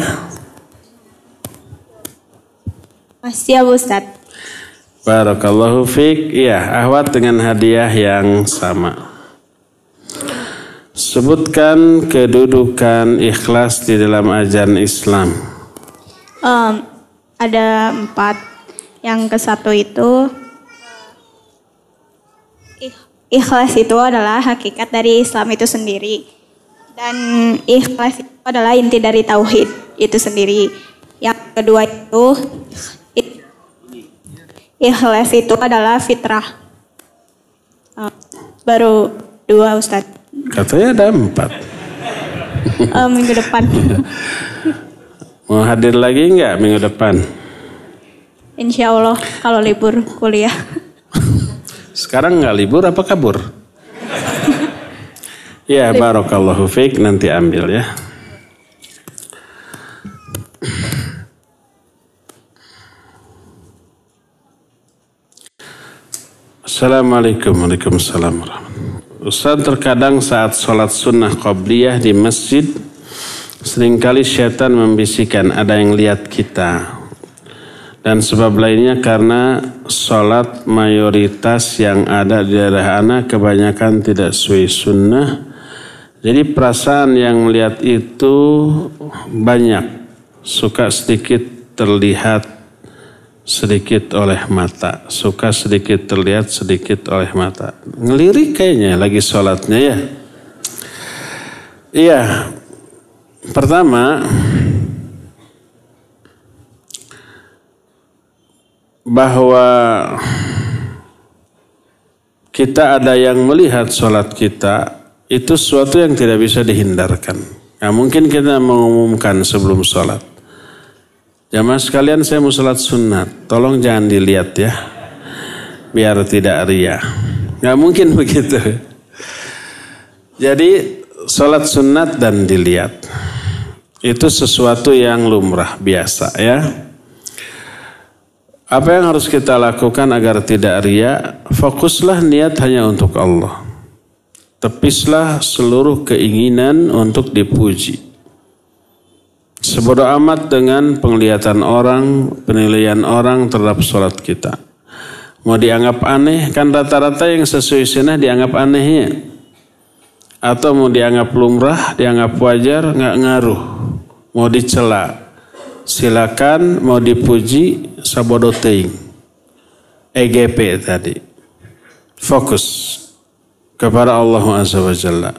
Masih Ustaz. Barakallahu fiik. Iya, ahwat dengan hadiah yang sama. Sebutkan kedudukan ikhlas di dalam ajaran Islam. Um, ada empat. Yang ke satu itu ikhlas itu adalah hakikat dari Islam itu sendiri. Dan ikhlas itu adalah inti dari tauhid itu sendiri. Yang kedua itu ikhlas itu adalah fitrah. Uh, baru dua Ustaz. Katanya ada empat. uh, minggu depan. Mau hadir lagi enggak minggu depan? Insya Allah kalau libur kuliah. Sekarang enggak libur apa kabur? Ya, barakallahu fiik, nanti ambil ya. Assalamualaikum warahmatullahi wabarakatuh. Ustaz, terkadang saat sholat sunnah qabliyah di masjid seringkali syaitan membisikkan ada yang lihat kita. Dan sebab lainnya karena sholat mayoritas yang ada di daerah ana kebanyakan tidak sesuai sunnah. Jadi perasaan yang melihat itu banyak, suka sedikit terlihat sedikit oleh mata, suka sedikit terlihat sedikit oleh mata. Ngelirik kayaknya lagi sholatnya ya. Iya, pertama bahwa kita ada yang melihat sholat kita itu sesuatu yang tidak bisa dihindarkan. Nah, mungkin kita mengumumkan sebelum sholat. Jamaah sekalian, saya mau sholat sunat, tolong jangan dilihat ya, biar tidak riya. Gak mungkin begitu. Jadi sholat sunat dan dilihat, itu sesuatu yang lumrah, biasa ya. Apa yang harus kita lakukan agar tidak riya? Fokuslah niat hanya untuk Allah. Tepislah seluruh keinginan untuk dipuji. Sebodoh amat dengan penglihatan orang, penilaian orang terhadap sholat kita. Mau dianggap aneh, kan rata-rata yang sesuai sunnah dianggap anehnya. Atau mau dianggap lumrah, dianggap wajar, nggak ngaruh. Mau dicela, silakan. Mau dipuji, sabodoh teing. E G P tadi. Fokus kepada Allah Azza wa Jalla.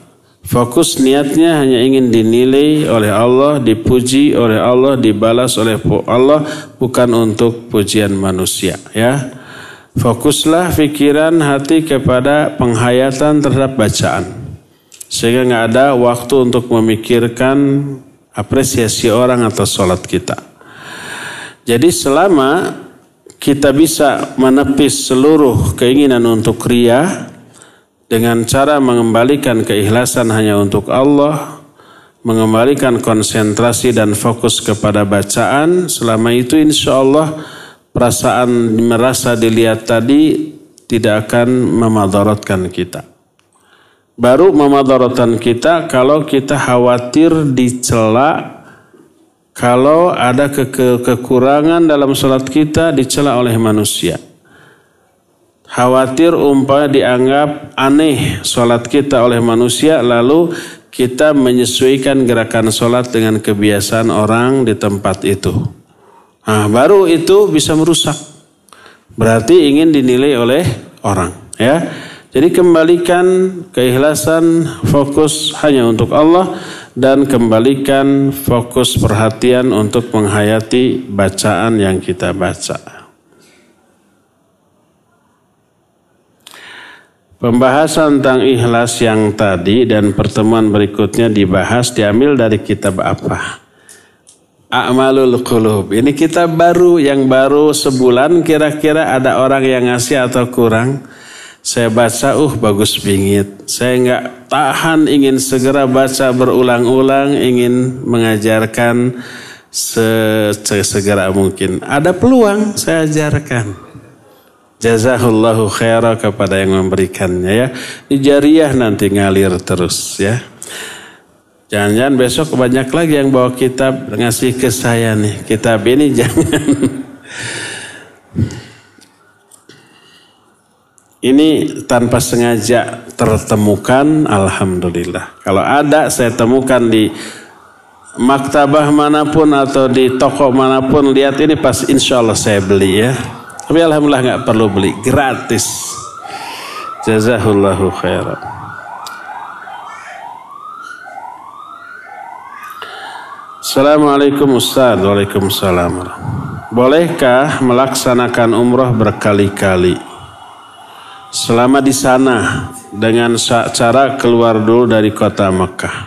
Fokus niatnya hanya ingin dinilai oleh Allah, dipuji oleh Allah, dibalas oleh Allah, bukan untuk pujian manusia, ya. Fokuslah pikiran hati kepada penghayatan terhadap bacaan, sehingga nggak ada waktu untuk memikirkan apresiasi orang atas sholat kita. Jadi selama kita bisa menepis seluruh keinginan untuk riya dengan cara mengembalikan keikhlasan hanya untuk Allah, mengembalikan konsentrasi dan fokus kepada bacaan, selama itu insya Allah perasaan merasa dilihat tadi tidak akan memadaratkan kita. Baru memadaratkan kita kalau kita khawatir dicela, kalau ada ke ke kekurangan dalam sholat kita dicela oleh manusia. Khawatir umpama dianggap aneh sholat kita oleh manusia, lalu kita menyesuaikan gerakan sholat dengan kebiasaan orang di tempat itu. Nah, baru itu bisa merusak. Berarti ingin dinilai oleh orang, ya. Jadi kembalikan keikhlasan, fokus hanya untuk Allah, dan kembalikan fokus perhatian untuk menghayati bacaan yang kita baca. Pembahasan tentang ikhlas yang tadi dan pertemuan berikutnya dibahas diambil dari kitab apa? A'malul Qulub. Ini kitab baru, yang baru sebulan kira-kira ada orang yang ngasih atau kurang. Saya baca, uh bagus bingit. Saya nggak tahan, ingin segera baca berulang-ulang, ingin mengajarkan sesegera mungkin. Ada peluang, saya ajarkan. Jazahullahu khaira kepada yang memberikannya, ya. Di jariah nanti ngalir terus, ya. Jangan-jangan besok banyak lagi yang bawa kitab ngasih ke saya nih. Kitab ini jangan. Ini tanpa sengaja tertemukan, alhamdulillah. Kalau ada saya temukan di maktabah manapun atau di toko manapun, lihat ini pas insya Allah saya beli, ya. Tapi alhamdulillah nggak perlu beli, gratis. Jazahullahu khairan. Assalamualaikum Ustaz. Waalaikumsalam. Bolehkah melaksanakan umroh berkali-kali selama di sana dengan cara keluar dulu dari kota Mekah?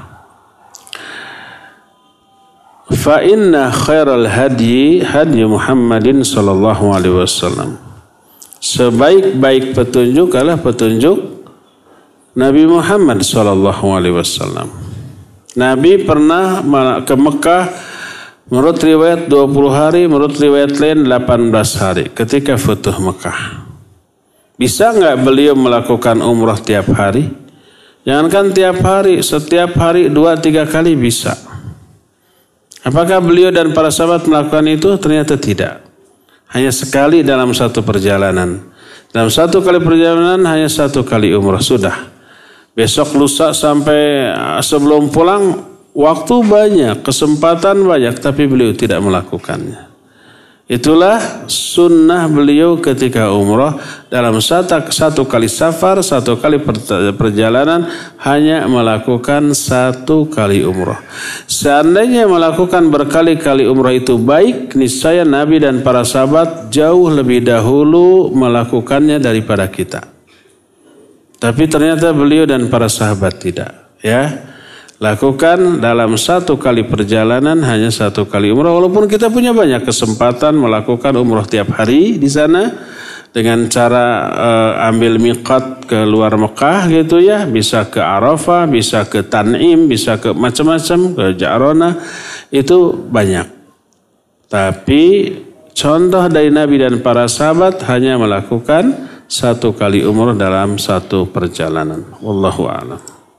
Fa inna khairal hadyi hadyi Muhammadin sallallahu alaihi wasallam. Sebaik-baik petunjuk adalah petunjuk Nabi Muhammad sallallahu alaihi wasallam. Nabi pernah ke Mekah menurut riwayat dua puluh hari, menurut riwayat lain delapan belas hari ketika futuh Mekah. Bisa enggak beliau melakukan umrah tiap hari? Jangankan tiap hari, setiap hari dua tiga kali bisa. Apakah beliau dan para sahabat melakukan itu? Ternyata tidak. Hanya sekali dalam satu perjalanan. Dalam satu kali perjalanan hanya satu kali umrah, sudah. Besok lusa sampai sebelum pulang waktu banyak, kesempatan banyak, tapi beliau tidak melakukannya. Itulah sunnah beliau ketika umrah, dalam satu, satu kali safar, satu kali perjalanan hanya melakukan satu kali umrah. Seandainya melakukan berkali-kali umrah itu baik, niscaya Nabi dan para sahabat jauh lebih dahulu melakukannya daripada kita. Tapi ternyata beliau dan para sahabat tidak, ya. Lakukan dalam satu kali perjalanan hanya satu kali umrah, walaupun kita punya banyak kesempatan melakukan umrah tiap hari di sana dengan cara uh, ambil miqat ke luar Mekah gitu, ya, bisa ke Arafah, bisa ke Tan'im, bisa ke macam-macam, ke Ja'rona, itu banyak. Tapi contoh dari Nabi dan para sahabat hanya melakukan satu kali umrah dalam satu perjalanan. Wallahu a'lam.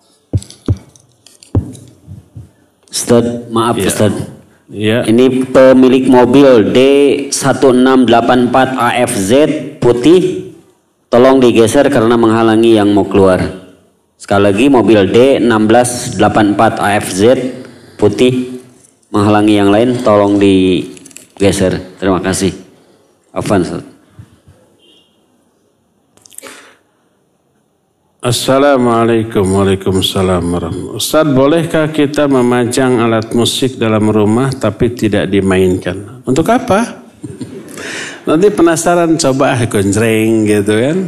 Ustaz, maaf ya. Ustaz. Ya. Ini pemilik mobil D satu enam delapan empat A F Z putih, tolong digeser karena menghalangi yang mau keluar. Sekali lagi, mobil D enam belas delapan empat A F Z putih menghalangi yang lain, tolong digeser. Terima kasih. Afwan, Ustaz. Assalamualaikum Waalaikumsalam warahmatullahi. Ustaz, bolehkah kita memajang alat musik dalam rumah tapi tidak dimainkan? Untuk apa? Nanti penasaran, coba gonjreng gitu kan.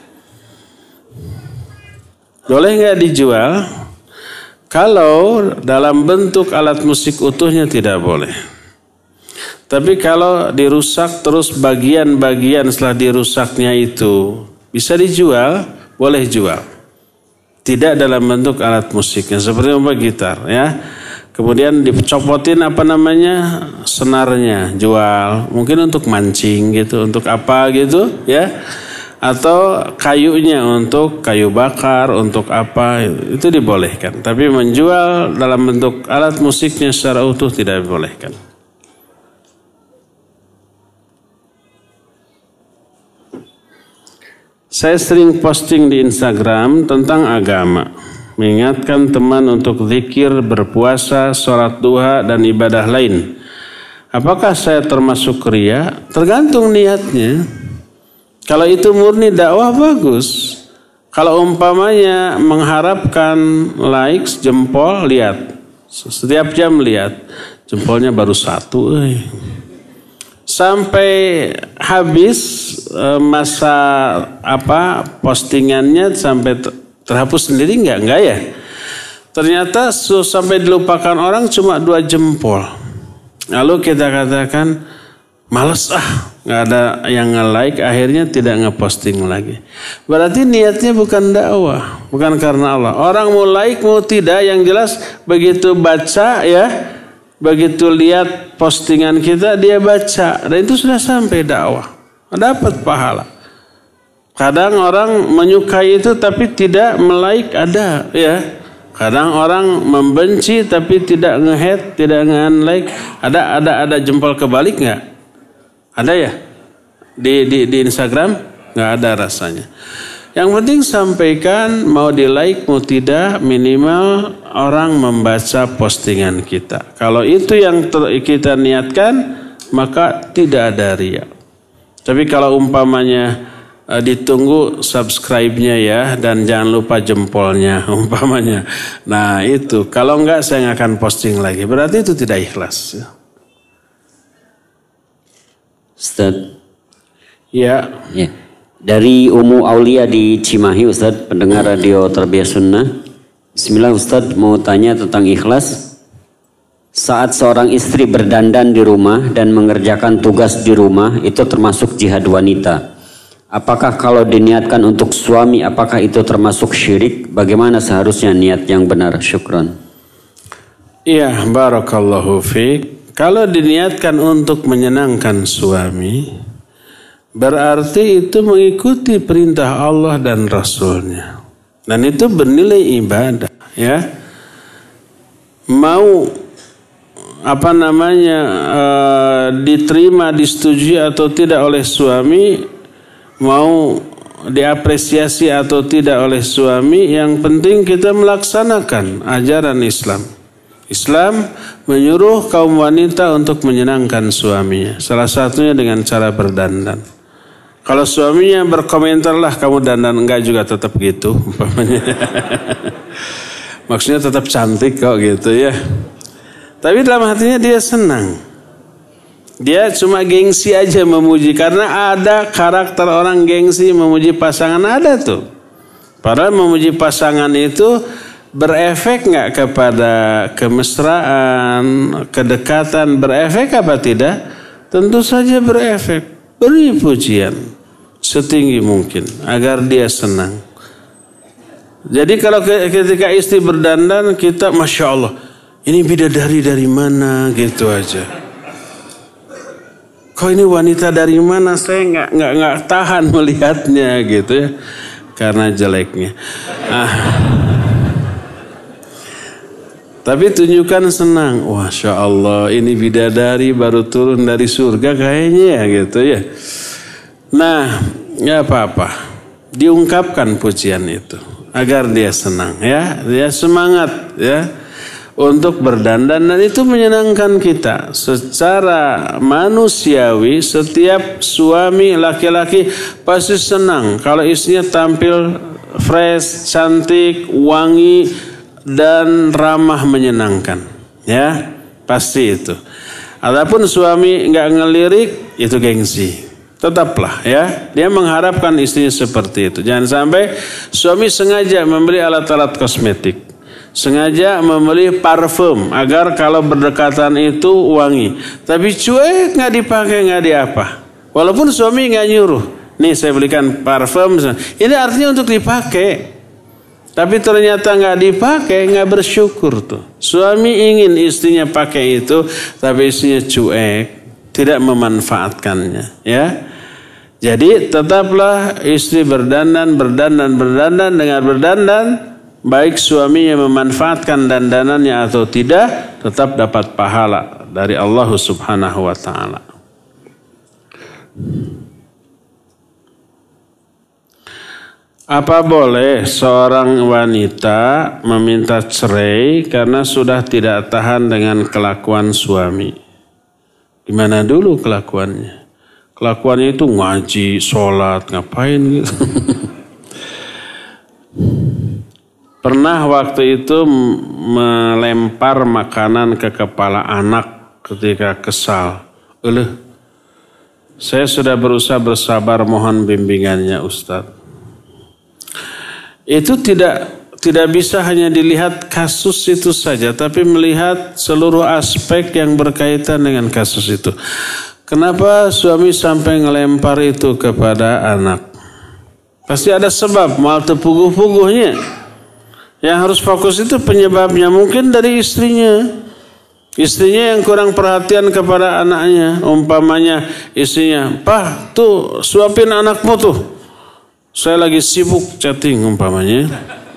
Boleh nggak dijual? Kalau dalam bentuk alat musik utuhnya tidak boleh. Tapi kalau dirusak terus bagian-bagian setelah dirusaknya itu bisa dijual, boleh jual. Tidak dalam bentuk alat musiknya seperti umpama gitar ya. Kemudian dicopotin apa namanya senarnya, jual. Mungkin untuk mancing gitu, untuk apa gitu ya. Atau kayunya untuk kayu bakar, untuk apa itu dibolehkan. Tapi menjual dalam bentuk alat musiknya secara utuh tidak dibolehkan. Saya sering posting di Instagram tentang agama, mengingatkan teman untuk zikir, berpuasa, sholat duha, dan ibadah lain. Apakah saya termasuk ria? Tergantung niatnya. Kalau itu murni dakwah bagus. Kalau umpamanya mengharapkan likes, jempol, lihat. Setiap jam lihat. Jempolnya baru satu. Eh. Sampai habis masa apa postingannya sampai terhapus sendiri enggak? Enggak ya? Ternyata sampai dilupakan orang cuma dua jempol. Lalu kita katakan males ah, nggak ada yang nge-like, akhirnya tidak nge-posting lagi. Berarti niatnya bukan dakwah, bukan karena Allah. Orang mau like mau tidak, yang jelas begitu baca ya, begitu lihat postingan kita dia baca, dan itu sudah sampai dakwah, dapat pahala. Kadang orang menyukai itu tapi tidak me-like, ada ya. Kadang orang membenci tapi tidak nge-hate, tidak nge-like. Ada ada ada jempol kebalik nggak? Ada ya? Di di di Instagram nggak ada rasanya. Yang penting sampaikan, mau di like mau tidak, minimal orang membaca postingan kita. Kalau itu yang ter, kita niatkan, maka tidak ada ria. Tapi kalau umpamanya uh, ditunggu subscribe-nya ya, dan jangan lupa jempolnya umpamanya. Nah itu, kalau enggak saya nggak akan posting lagi. Berarti itu tidak ikhlas. Ustaz. Ya. Ya. Dari Umu Aulia di Cimahi, Ustaz, pendengar radio Tarbiyah Sunnah. Bismillah, Ustaz, mau tanya tentang ikhlas. Saat seorang istri berdandan di rumah dan mengerjakan tugas di rumah, itu termasuk jihad wanita. Apakah kalau diniatkan untuk suami, apakah itu termasuk syirik? Bagaimana seharusnya niat yang benar? Syukran. Iya, barakallahu fiik. Kalau diniatkan untuk menyenangkan suami, berarti itu mengikuti perintah Allah dan Rasulnya. Dan itu bernilai ibadah ya. Mau apa namanya uh, diterima, disetujui atau tidak oleh suami, mau diapresiasi atau tidak oleh suami, yang penting kita melaksanakan ajaran Islam. Islam menyuruh kaum wanita untuk menyenangkan suaminya. Salah satunya dengan cara berdandan. Kalau suaminya berkomentar lah kamu dandan, enggak juga tetap gitu umpamanya. Maksudnya tetap cantik kok gitu ya. Tapi dalam hatinya dia senang. Dia cuma gengsi aja memuji, karena ada karakter orang gengsi memuji pasangan, ada tuh. Padahal memuji pasangan itu berefek nggak kepada kemesraan, kedekatan, berefek apa tidak? Tentu saja berefek. Beri pujian setinggi mungkin agar dia senang. Jadi kalau ketika istri berdandan, kita Masya Allah, ini bidadari dari mana gitu aja. Kok ini wanita dari mana? Saya nggak nggak nggak tahan melihatnya gitu ya, karena jeleknya. Ah. Tapi tunjukkan senang. Masya Allah, ini bidadari baru turun dari surga kayaknya ya gitu ya. Nah, ya apa-apa. Diungkapkan pujian itu agar dia senang ya, dia semangat ya untuk berdandan, dan itu menyenangkan kita. Secara manusiawi setiap suami laki-laki pasti senang kalau istrinya tampil fresh, cantik, wangi, dan ramah menyenangkan. Ya, pasti itu. Adapun suami nggak ngelirik, itu gengsi. Tetaplah ya, dia mengharapkan istrinya seperti itu. Jangan sampai suami sengaja membeli alat-alat kosmetik, sengaja membeli parfum agar kalau berdekatan itu wangi, tapi cuek, nggak dipakai, nggak diapa. Walaupun suami nggak nyuruh, nih saya belikan parfum, ini artinya untuk dipakai, tapi ternyata nggak dipakai, nggak bersyukur tuh. Suami ingin istrinya pakai itu, tapi istrinya cuek, tidak memanfaatkannya, ya. Jadi tetaplah istri berdandan, berdandan, berdandan. Dengan berdandan, baik suaminya memanfaatkan dandanannya atau tidak, tetap dapat pahala dari Allah Subhanahu wa Ta'ala. Apa boleh seorang wanita meminta cerai karena sudah tidak tahan dengan kelakuan suami? Gimana dulu kelakuannya? Kelakuannya itu ngaji, sholat, ngapain gitu. Pernah waktu itu melempar makanan ke kepala anak ketika kesal. Eleh, saya sudah berusaha bersabar, mohon bimbingannya Ustaz. Itu tidak tidak bisa hanya dilihat kasus itu saja, tapi melihat seluruh aspek yang berkaitan dengan kasus itu. Kenapa suami sampai ngelempar itu kepada anak? Pasti ada sebab, mal tepuguh-puguhnya. Yang harus fokus itu penyebabnya. Mungkin dari istrinya. Istrinya yang kurang perhatian kepada anaknya. Umpamanya istrinya, "Pak, tuh suapin anakmu tuh. Saya lagi sibuk chatting," umpamanya.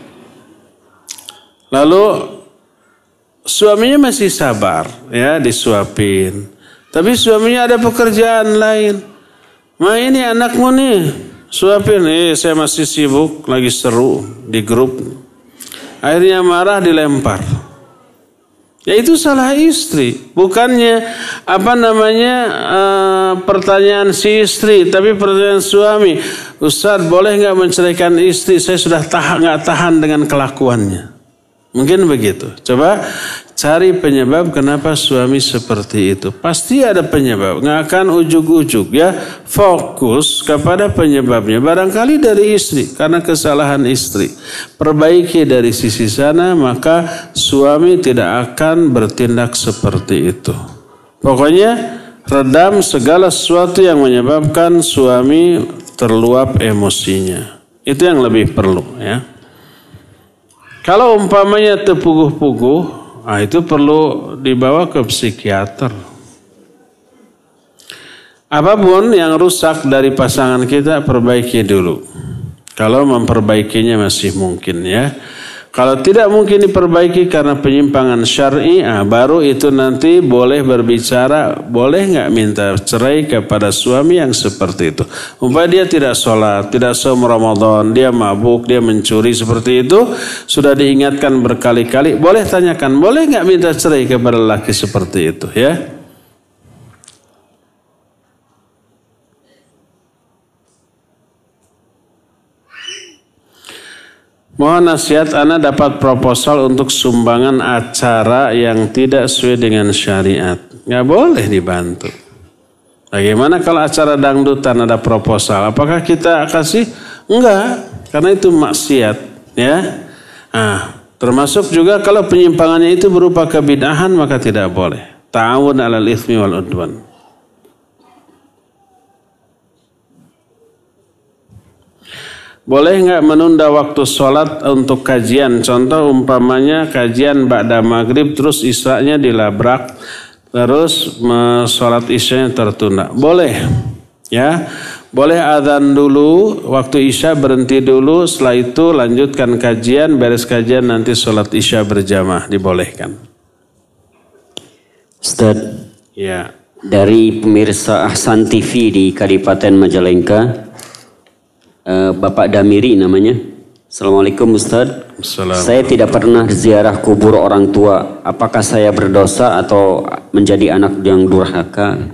Lalu suaminya masih sabar, ya, disuapin. Tapi suaminya ada pekerjaan lain. "Ma, ini anakmu nih, suapin." "Eh, saya masih sibuk, lagi seru di grup." Akhirnya marah, dilempar. Ya itu salah istri. Bukannya apa namanya uh, pertanyaan si istri, tapi pertanyaan suami. "Ustaz, boleh nggak menceraikan istri? Saya sudah tahan, nggak tahan dengan kelakuannya." Mungkin begitu. Coba cari penyebab kenapa suami seperti itu. Pasti ada penyebab. Nggak akan ujuk-ujuk, ya. Fokus kepada penyebabnya. Barangkali dari istri, karena kesalahan istri. Perbaiki dari sisi sana, maka suami tidak akan bertindak seperti itu. Pokoknya redam segala sesuatu yang menyebabkan suami terluap emosinya. Itu yang lebih perlu, ya. Kalau umpamanya terpuguh-puguh, nah itu perlu dibawa ke psikiater. Apapun yang rusak dari pasangan kita, perbaiki dulu. Kalau memperbaikinya masih mungkin, ya. Kalau tidak mungkin diperbaiki karena penyimpangan syar'i, ah, baru itu nanti boleh berbicara, boleh nggak minta cerai kepada suami yang seperti itu. Umpamanya dia tidak sholat, tidak saum Ramadan, dia mabuk, dia mencuri seperti itu, sudah diingatkan berkali-kali, boleh tanyakan, boleh nggak minta cerai kepada laki seperti itu, ya. Mohon nasihat, ana dapat proposal untuk sumbangan acara yang tidak sesuai dengan syariat. Nggak boleh dibantu. Bagaimana kalau acara dangdutan ada proposal? Apakah kita kasih? Enggak, karena itu maksiat, ya. Nah, termasuk juga kalau penyimpangannya itu berupa kebid'ahan, maka tidak boleh. Ta'awun 'alal itsmi wal 'udwan. Boleh nggak menunda waktu sholat untuk kajian? Contoh umpamanya kajian ba'da maghrib terus isya-nya dilabrak, terus sholat isya-nya tertunda. Boleh, ya. Boleh azan dulu, waktu isya berhenti dulu, setelah itu lanjutkan kajian, beres kajian nanti sholat isya berjamaah, dibolehkan. Ustaz, ya. Dari pemirsa Ahsan T V di Kadipaten Majalengka, Bapak Damiri namanya. Assalamualaikum Ustaz. Saya tidak pernah ziarah kubur orang tua. Apakah saya berdosa atau menjadi anak yang durhaka?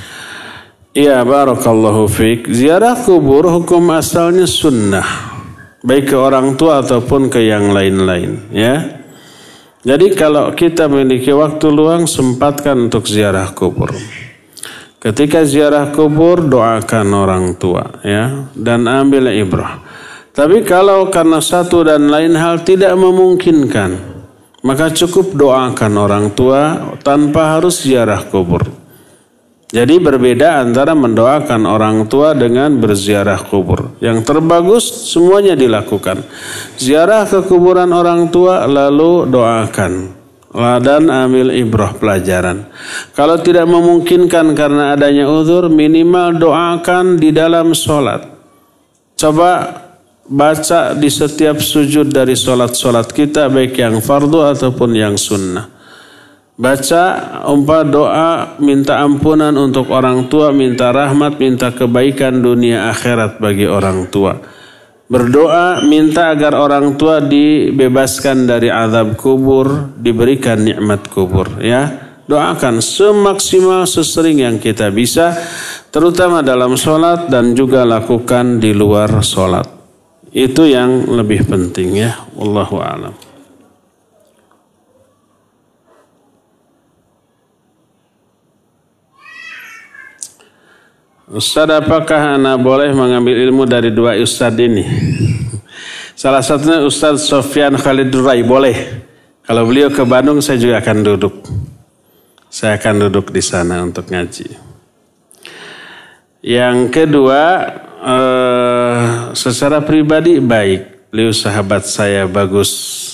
Iya, barakallahu fiik. Ziarah kubur hukum asalnya sunnah. baik ke orang tua ataupun ke yang lain-lain, ya. Jadi kalau kita memiliki waktu luang, sempatkan untuk ziarah kubur. Ketika ziarah kubur, doakan orang tua, ya, dan ambil ibrah. Tapi kalau karena satu dan lain hal tidak memungkinkan, maka cukup doakan orang tua tanpa harus ziarah kubur. Jadi berbeda antara mendoakan orang tua dengan berziarah kubur. Yang terbagus semuanya dilakukan. Ziarah ke kuburan orang tua lalu doakan. Dan ambil ibrah pelajaran. Kalau tidak memungkinkan karena adanya uzur, minimal doakan di dalam sholat. Coba baca di setiap sujud dari sholat-sholat kita, baik yang fardu ataupun yang sunnah. Baca umpah doa minta ampunan untuk orang tua, minta rahmat, minta kebaikan dunia akhirat bagi orang tua. Berdoa minta agar orang tua dibebaskan dari azab kubur, diberikan nikmat kubur, ya. Doakan semaksimal sesering yang kita bisa, terutama dalam sholat dan juga lakukan di luar sholat. Itu yang lebih penting, ya. Wallahu a'lam. Ustaz, apakah anak boleh mengambil ilmu dari dua ustaz ini? Salah satunya Ustaz Sofyan Khalid Durai, boleh. Kalau beliau ke Bandung, saya juga akan duduk. Saya akan duduk di sana untuk ngaji. Yang kedua, eh, secara pribadi baik. Beliau sahabat saya, bagus.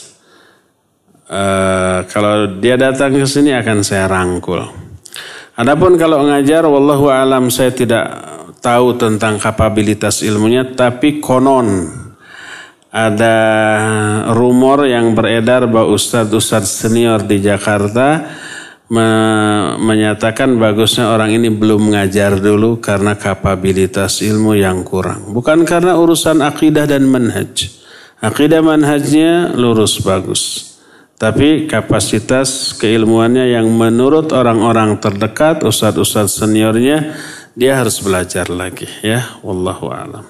Eh, kalau dia datang ke sini akan saya rangkul. Adapun kalau ngajar, wallahu alam, saya tidak tahu tentang kapabilitas ilmunya, tapi konon ada rumor yang beredar bahwa ustadz-ustadz senior di Jakarta me- menyatakan bagusnya orang ini belum ngajar dulu karena kapabilitas ilmu yang kurang. Bukan karena urusan akidah dan manhaj. Akidah manhajnya lurus bagus. Tapi kapasitas keilmuannya yang menurut orang-orang terdekat, ustadz-ustadz seniornya, dia harus belajar lagi, ya. Wallahu a'lam.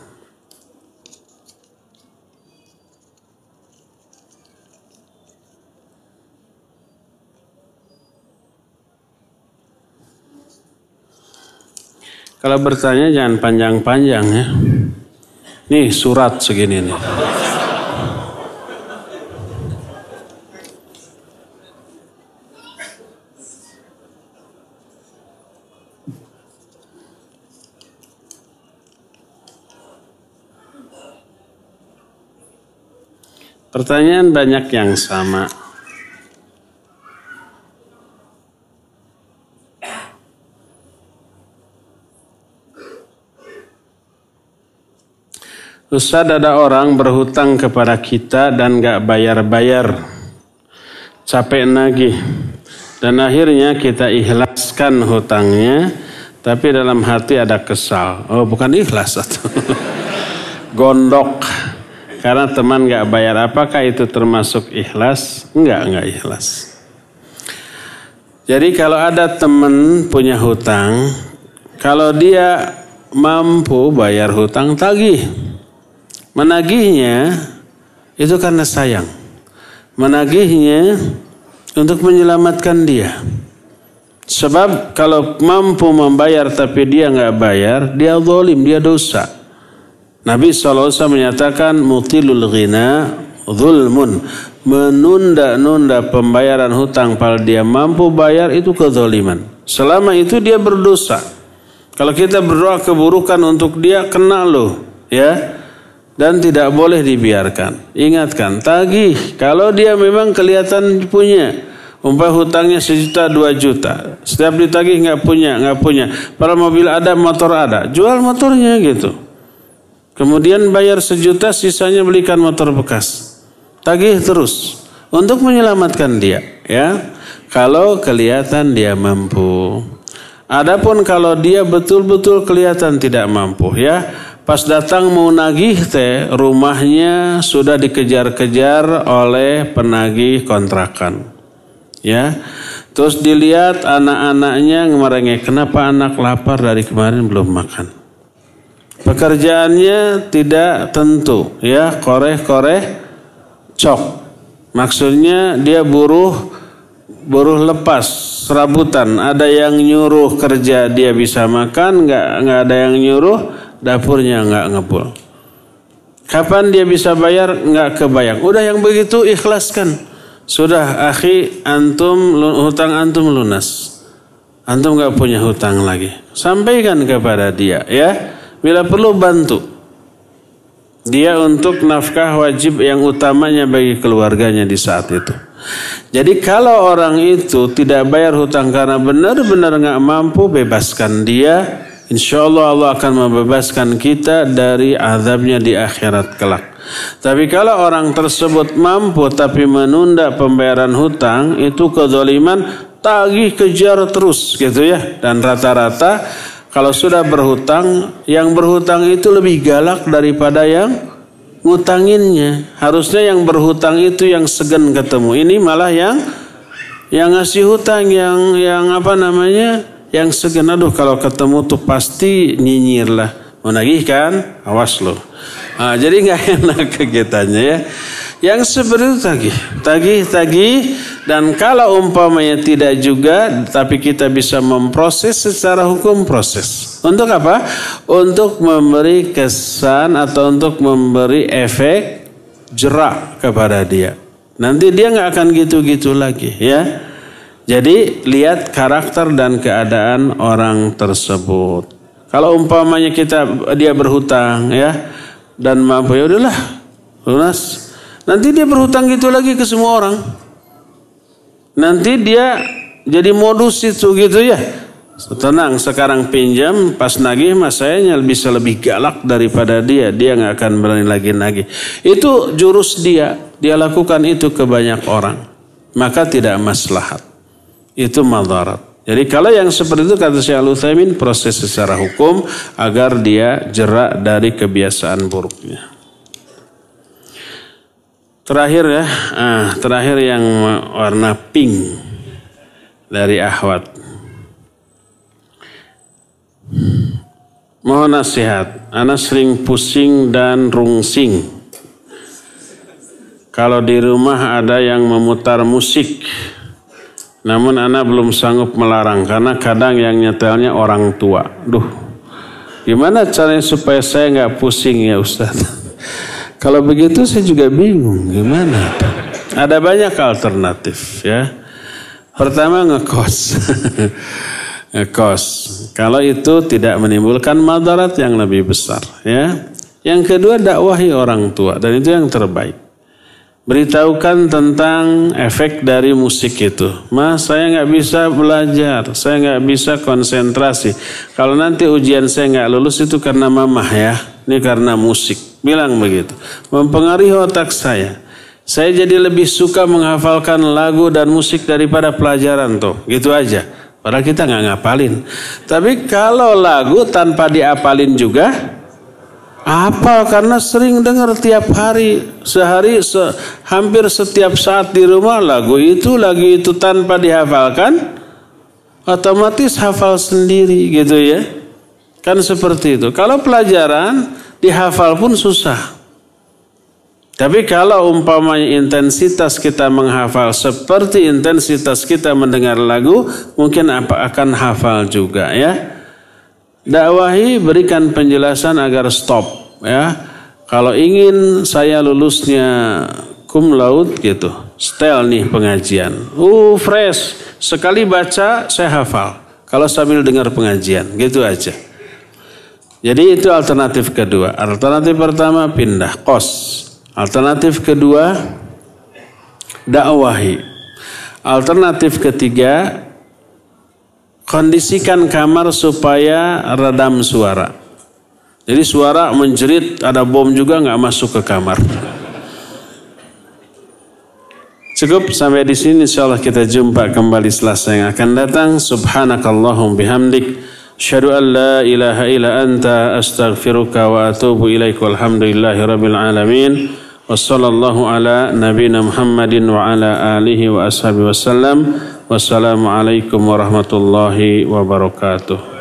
Kalau bertanya jangan panjang-panjang, ya. Nih surat segini nih. Pertanyaan banyak yang sama. Ustaz, ada orang berhutang kepada kita dan gak bayar-bayar. Capek nagih. Dan akhirnya kita ikhlaskan hutangnya, tapi dalam hati ada kesal. Oh, bukan ikhlas atau gondok. Karena teman gak bayar, apakah itu termasuk ikhlas? Enggak, enggak ikhlas. Jadi kalau ada teman punya hutang, kalau dia mampu bayar hutang, tagih. Menagihnya itu karena sayang. Menagihnya untuk menyelamatkan dia. Sebab kalau mampu membayar tapi dia gak bayar, dia zalim, dia dosa. Nabi shallallahu alaihi wasallam menyatakan mutilul ghina zulmun, menunda-nunda pembayaran hutang padahal dia mampu bayar itu kezaliman. Selama itu dia berdosa. Kalau kita berdoa keburukan untuk dia, kena loh, ya, dan tidak boleh dibiarkan. Ingatkan, tagih. Kalau dia memang kelihatan punya, umpah hutangnya sejuta dua juta, setiap ditagih nggak punya nggak punya. Padahal mobil ada, motor ada, jual motornya gitu. Kemudian bayar sejuta, sisanya belikan motor bekas. Tagih terus untuk menyelamatkan dia, ya. Kalau kelihatan dia mampu. Adapun kalau dia betul-betul kelihatan tidak mampu, ya, pas datang mau nagih teh, rumahnya sudah dikejar-kejar oleh penagih kontrakan, ya. Terus dilihat anak-anaknya ngerengek, kenapa anak lapar dari kemarin belum makan? Pekerjaannya tidak tentu, ya, koreh-koreh cok. Maksudnya dia buruh buruh lepas, serabutan. Ada yang nyuruh kerja dia bisa makan, nggak nggak ada yang nyuruh dapurnya nggak ngebul. Kapan dia bisa bayar? Nggak kebayang. Udah yang begitu ikhlaskan. Sudah, akhi, antum hutang antum lunas. Antum nggak punya hutang lagi. Sampaikan kepada dia, ya. Bila perlu bantu dia untuk nafkah wajib yang utamanya bagi keluarganya di saat itu. Jadi kalau orang itu tidak bayar hutang karena benar-benar nggak mampu, bebaskan dia. Insya Allah Allah akan membebaskan kita dari azabnya di akhirat kelak. Tapi kalau orang tersebut mampu tapi menunda pembayaran hutang, itu kezaliman, tagih kejar terus gitu ya. Dan rata-rata kalau sudah berhutang, yang berhutang itu lebih galak daripada yang ngutanginnya. Harusnya yang berhutang itu yang segan ketemu. Ini malah yang yang ngasih hutang, yang yang apa namanya, yang segan. Aduh, kalau ketemu tuh pasti nyinyir lah. Mau nagih kan? Awas loh. Nah, jadi nggak enak kegiatannya ya. Yang seperti itu tagih, tagih, tagih. Dan kalau umpamanya tidak juga, tapi kita bisa memproses secara hukum, proses. Untuk apa? Untuk memberi kesan atau untuk memberi efek jerak kepada dia. Nanti dia nggak akan gitu-gitu lagi, ya. Jadi lihat karakter dan keadaan orang tersebut. Kalau umpamanya kita dia berhutang, ya, dan mampu, ya udahlah, lunas. Nanti dia berhutang gitu lagi ke semua orang. Nanti dia jadi modus itu gitu ya. Tenang, sekarang pinjam, pas nagih mas saya bisa lebih galak daripada dia. Dia nggak akan berani lagi nagih. Itu jurus dia. Dia lakukan itu ke banyak orang. Maka tidak maslahat. Itu madarat. Jadi kalau yang seperti itu kata Syekh Al-Utsaimin, proses secara hukum agar dia jerak dari kebiasaan buruknya. Terakhir ya, ah, terakhir yang warna pink dari Ahwat. Mohon nasihat, ana sering pusing dan rungsing. Kalau di rumah ada yang memutar musik, namun ana belum sanggup melarang karena kadang yang nyetelnya orang tua. Duh, gimana caranya supaya saya nggak pusing ya Ustaz? Kalau begitu saya juga bingung gimana. Ada banyak alternatif ya. Pertama ngekos. Ngekos. Kalau itu tidak menimbulkan madarat yang lebih besar ya. Yang kedua dakwahi orang tua dan itu yang terbaik. Beritahukan tentang efek dari musik itu. Mas, saya nggak bisa belajar, saya nggak bisa konsentrasi. Kalau nanti ujian saya nggak lulus itu karena mamah ya. Ini karena musik. Bilang begitu. Mempengaruhi otak saya. Saya jadi lebih suka menghafalkan lagu dan musik daripada pelajaran tuh. Gitu aja. Padahal kita nggak ngapalin. Tapi kalau lagu tanpa diapalin juga, hafal karena sering dengar tiap hari. Sehari se, hampir setiap saat di rumah lagu itu, lagu itu tanpa dihafalkan, otomatis hafal sendiri gitu ya. Kan seperti itu. Kalau pelajaran dihafal pun susah. Tapi kalau umpamanya intensitas kita menghafal seperti intensitas kita mendengar lagu, mungkin apa akan hafal juga ya. Dakwahi, berikan penjelasan agar stop ya. Kalau ingin saya lulusnya cum laude gitu, setel nih pengajian. Uh fresh, sekali baca saya hafal. Kalau sambil dengar pengajian, gitu aja. Jadi itu alternatif kedua. Alternatif pertama pindah kos. Alternatif kedua dakwahi. Alternatif ketiga kondisikan kamar supaya redam suara. Jadi suara menjerit, ada bom juga nggak masuk ke kamar. Cukup sampai di sini. Insyaallah kita jumpa kembali Selasa yang akan datang. Subhanakallahum bihamdik. Asyhadu an la ilaha illa anta astaghfiruka wa atubu ilaik. Walhamdulillahi rabbil alamin. Wassallallahu ala nabiyina Muhammadin wa ala alihi wa ashabihi wasallam. Wassalamualaikum warahmatullahi wabarakatuh.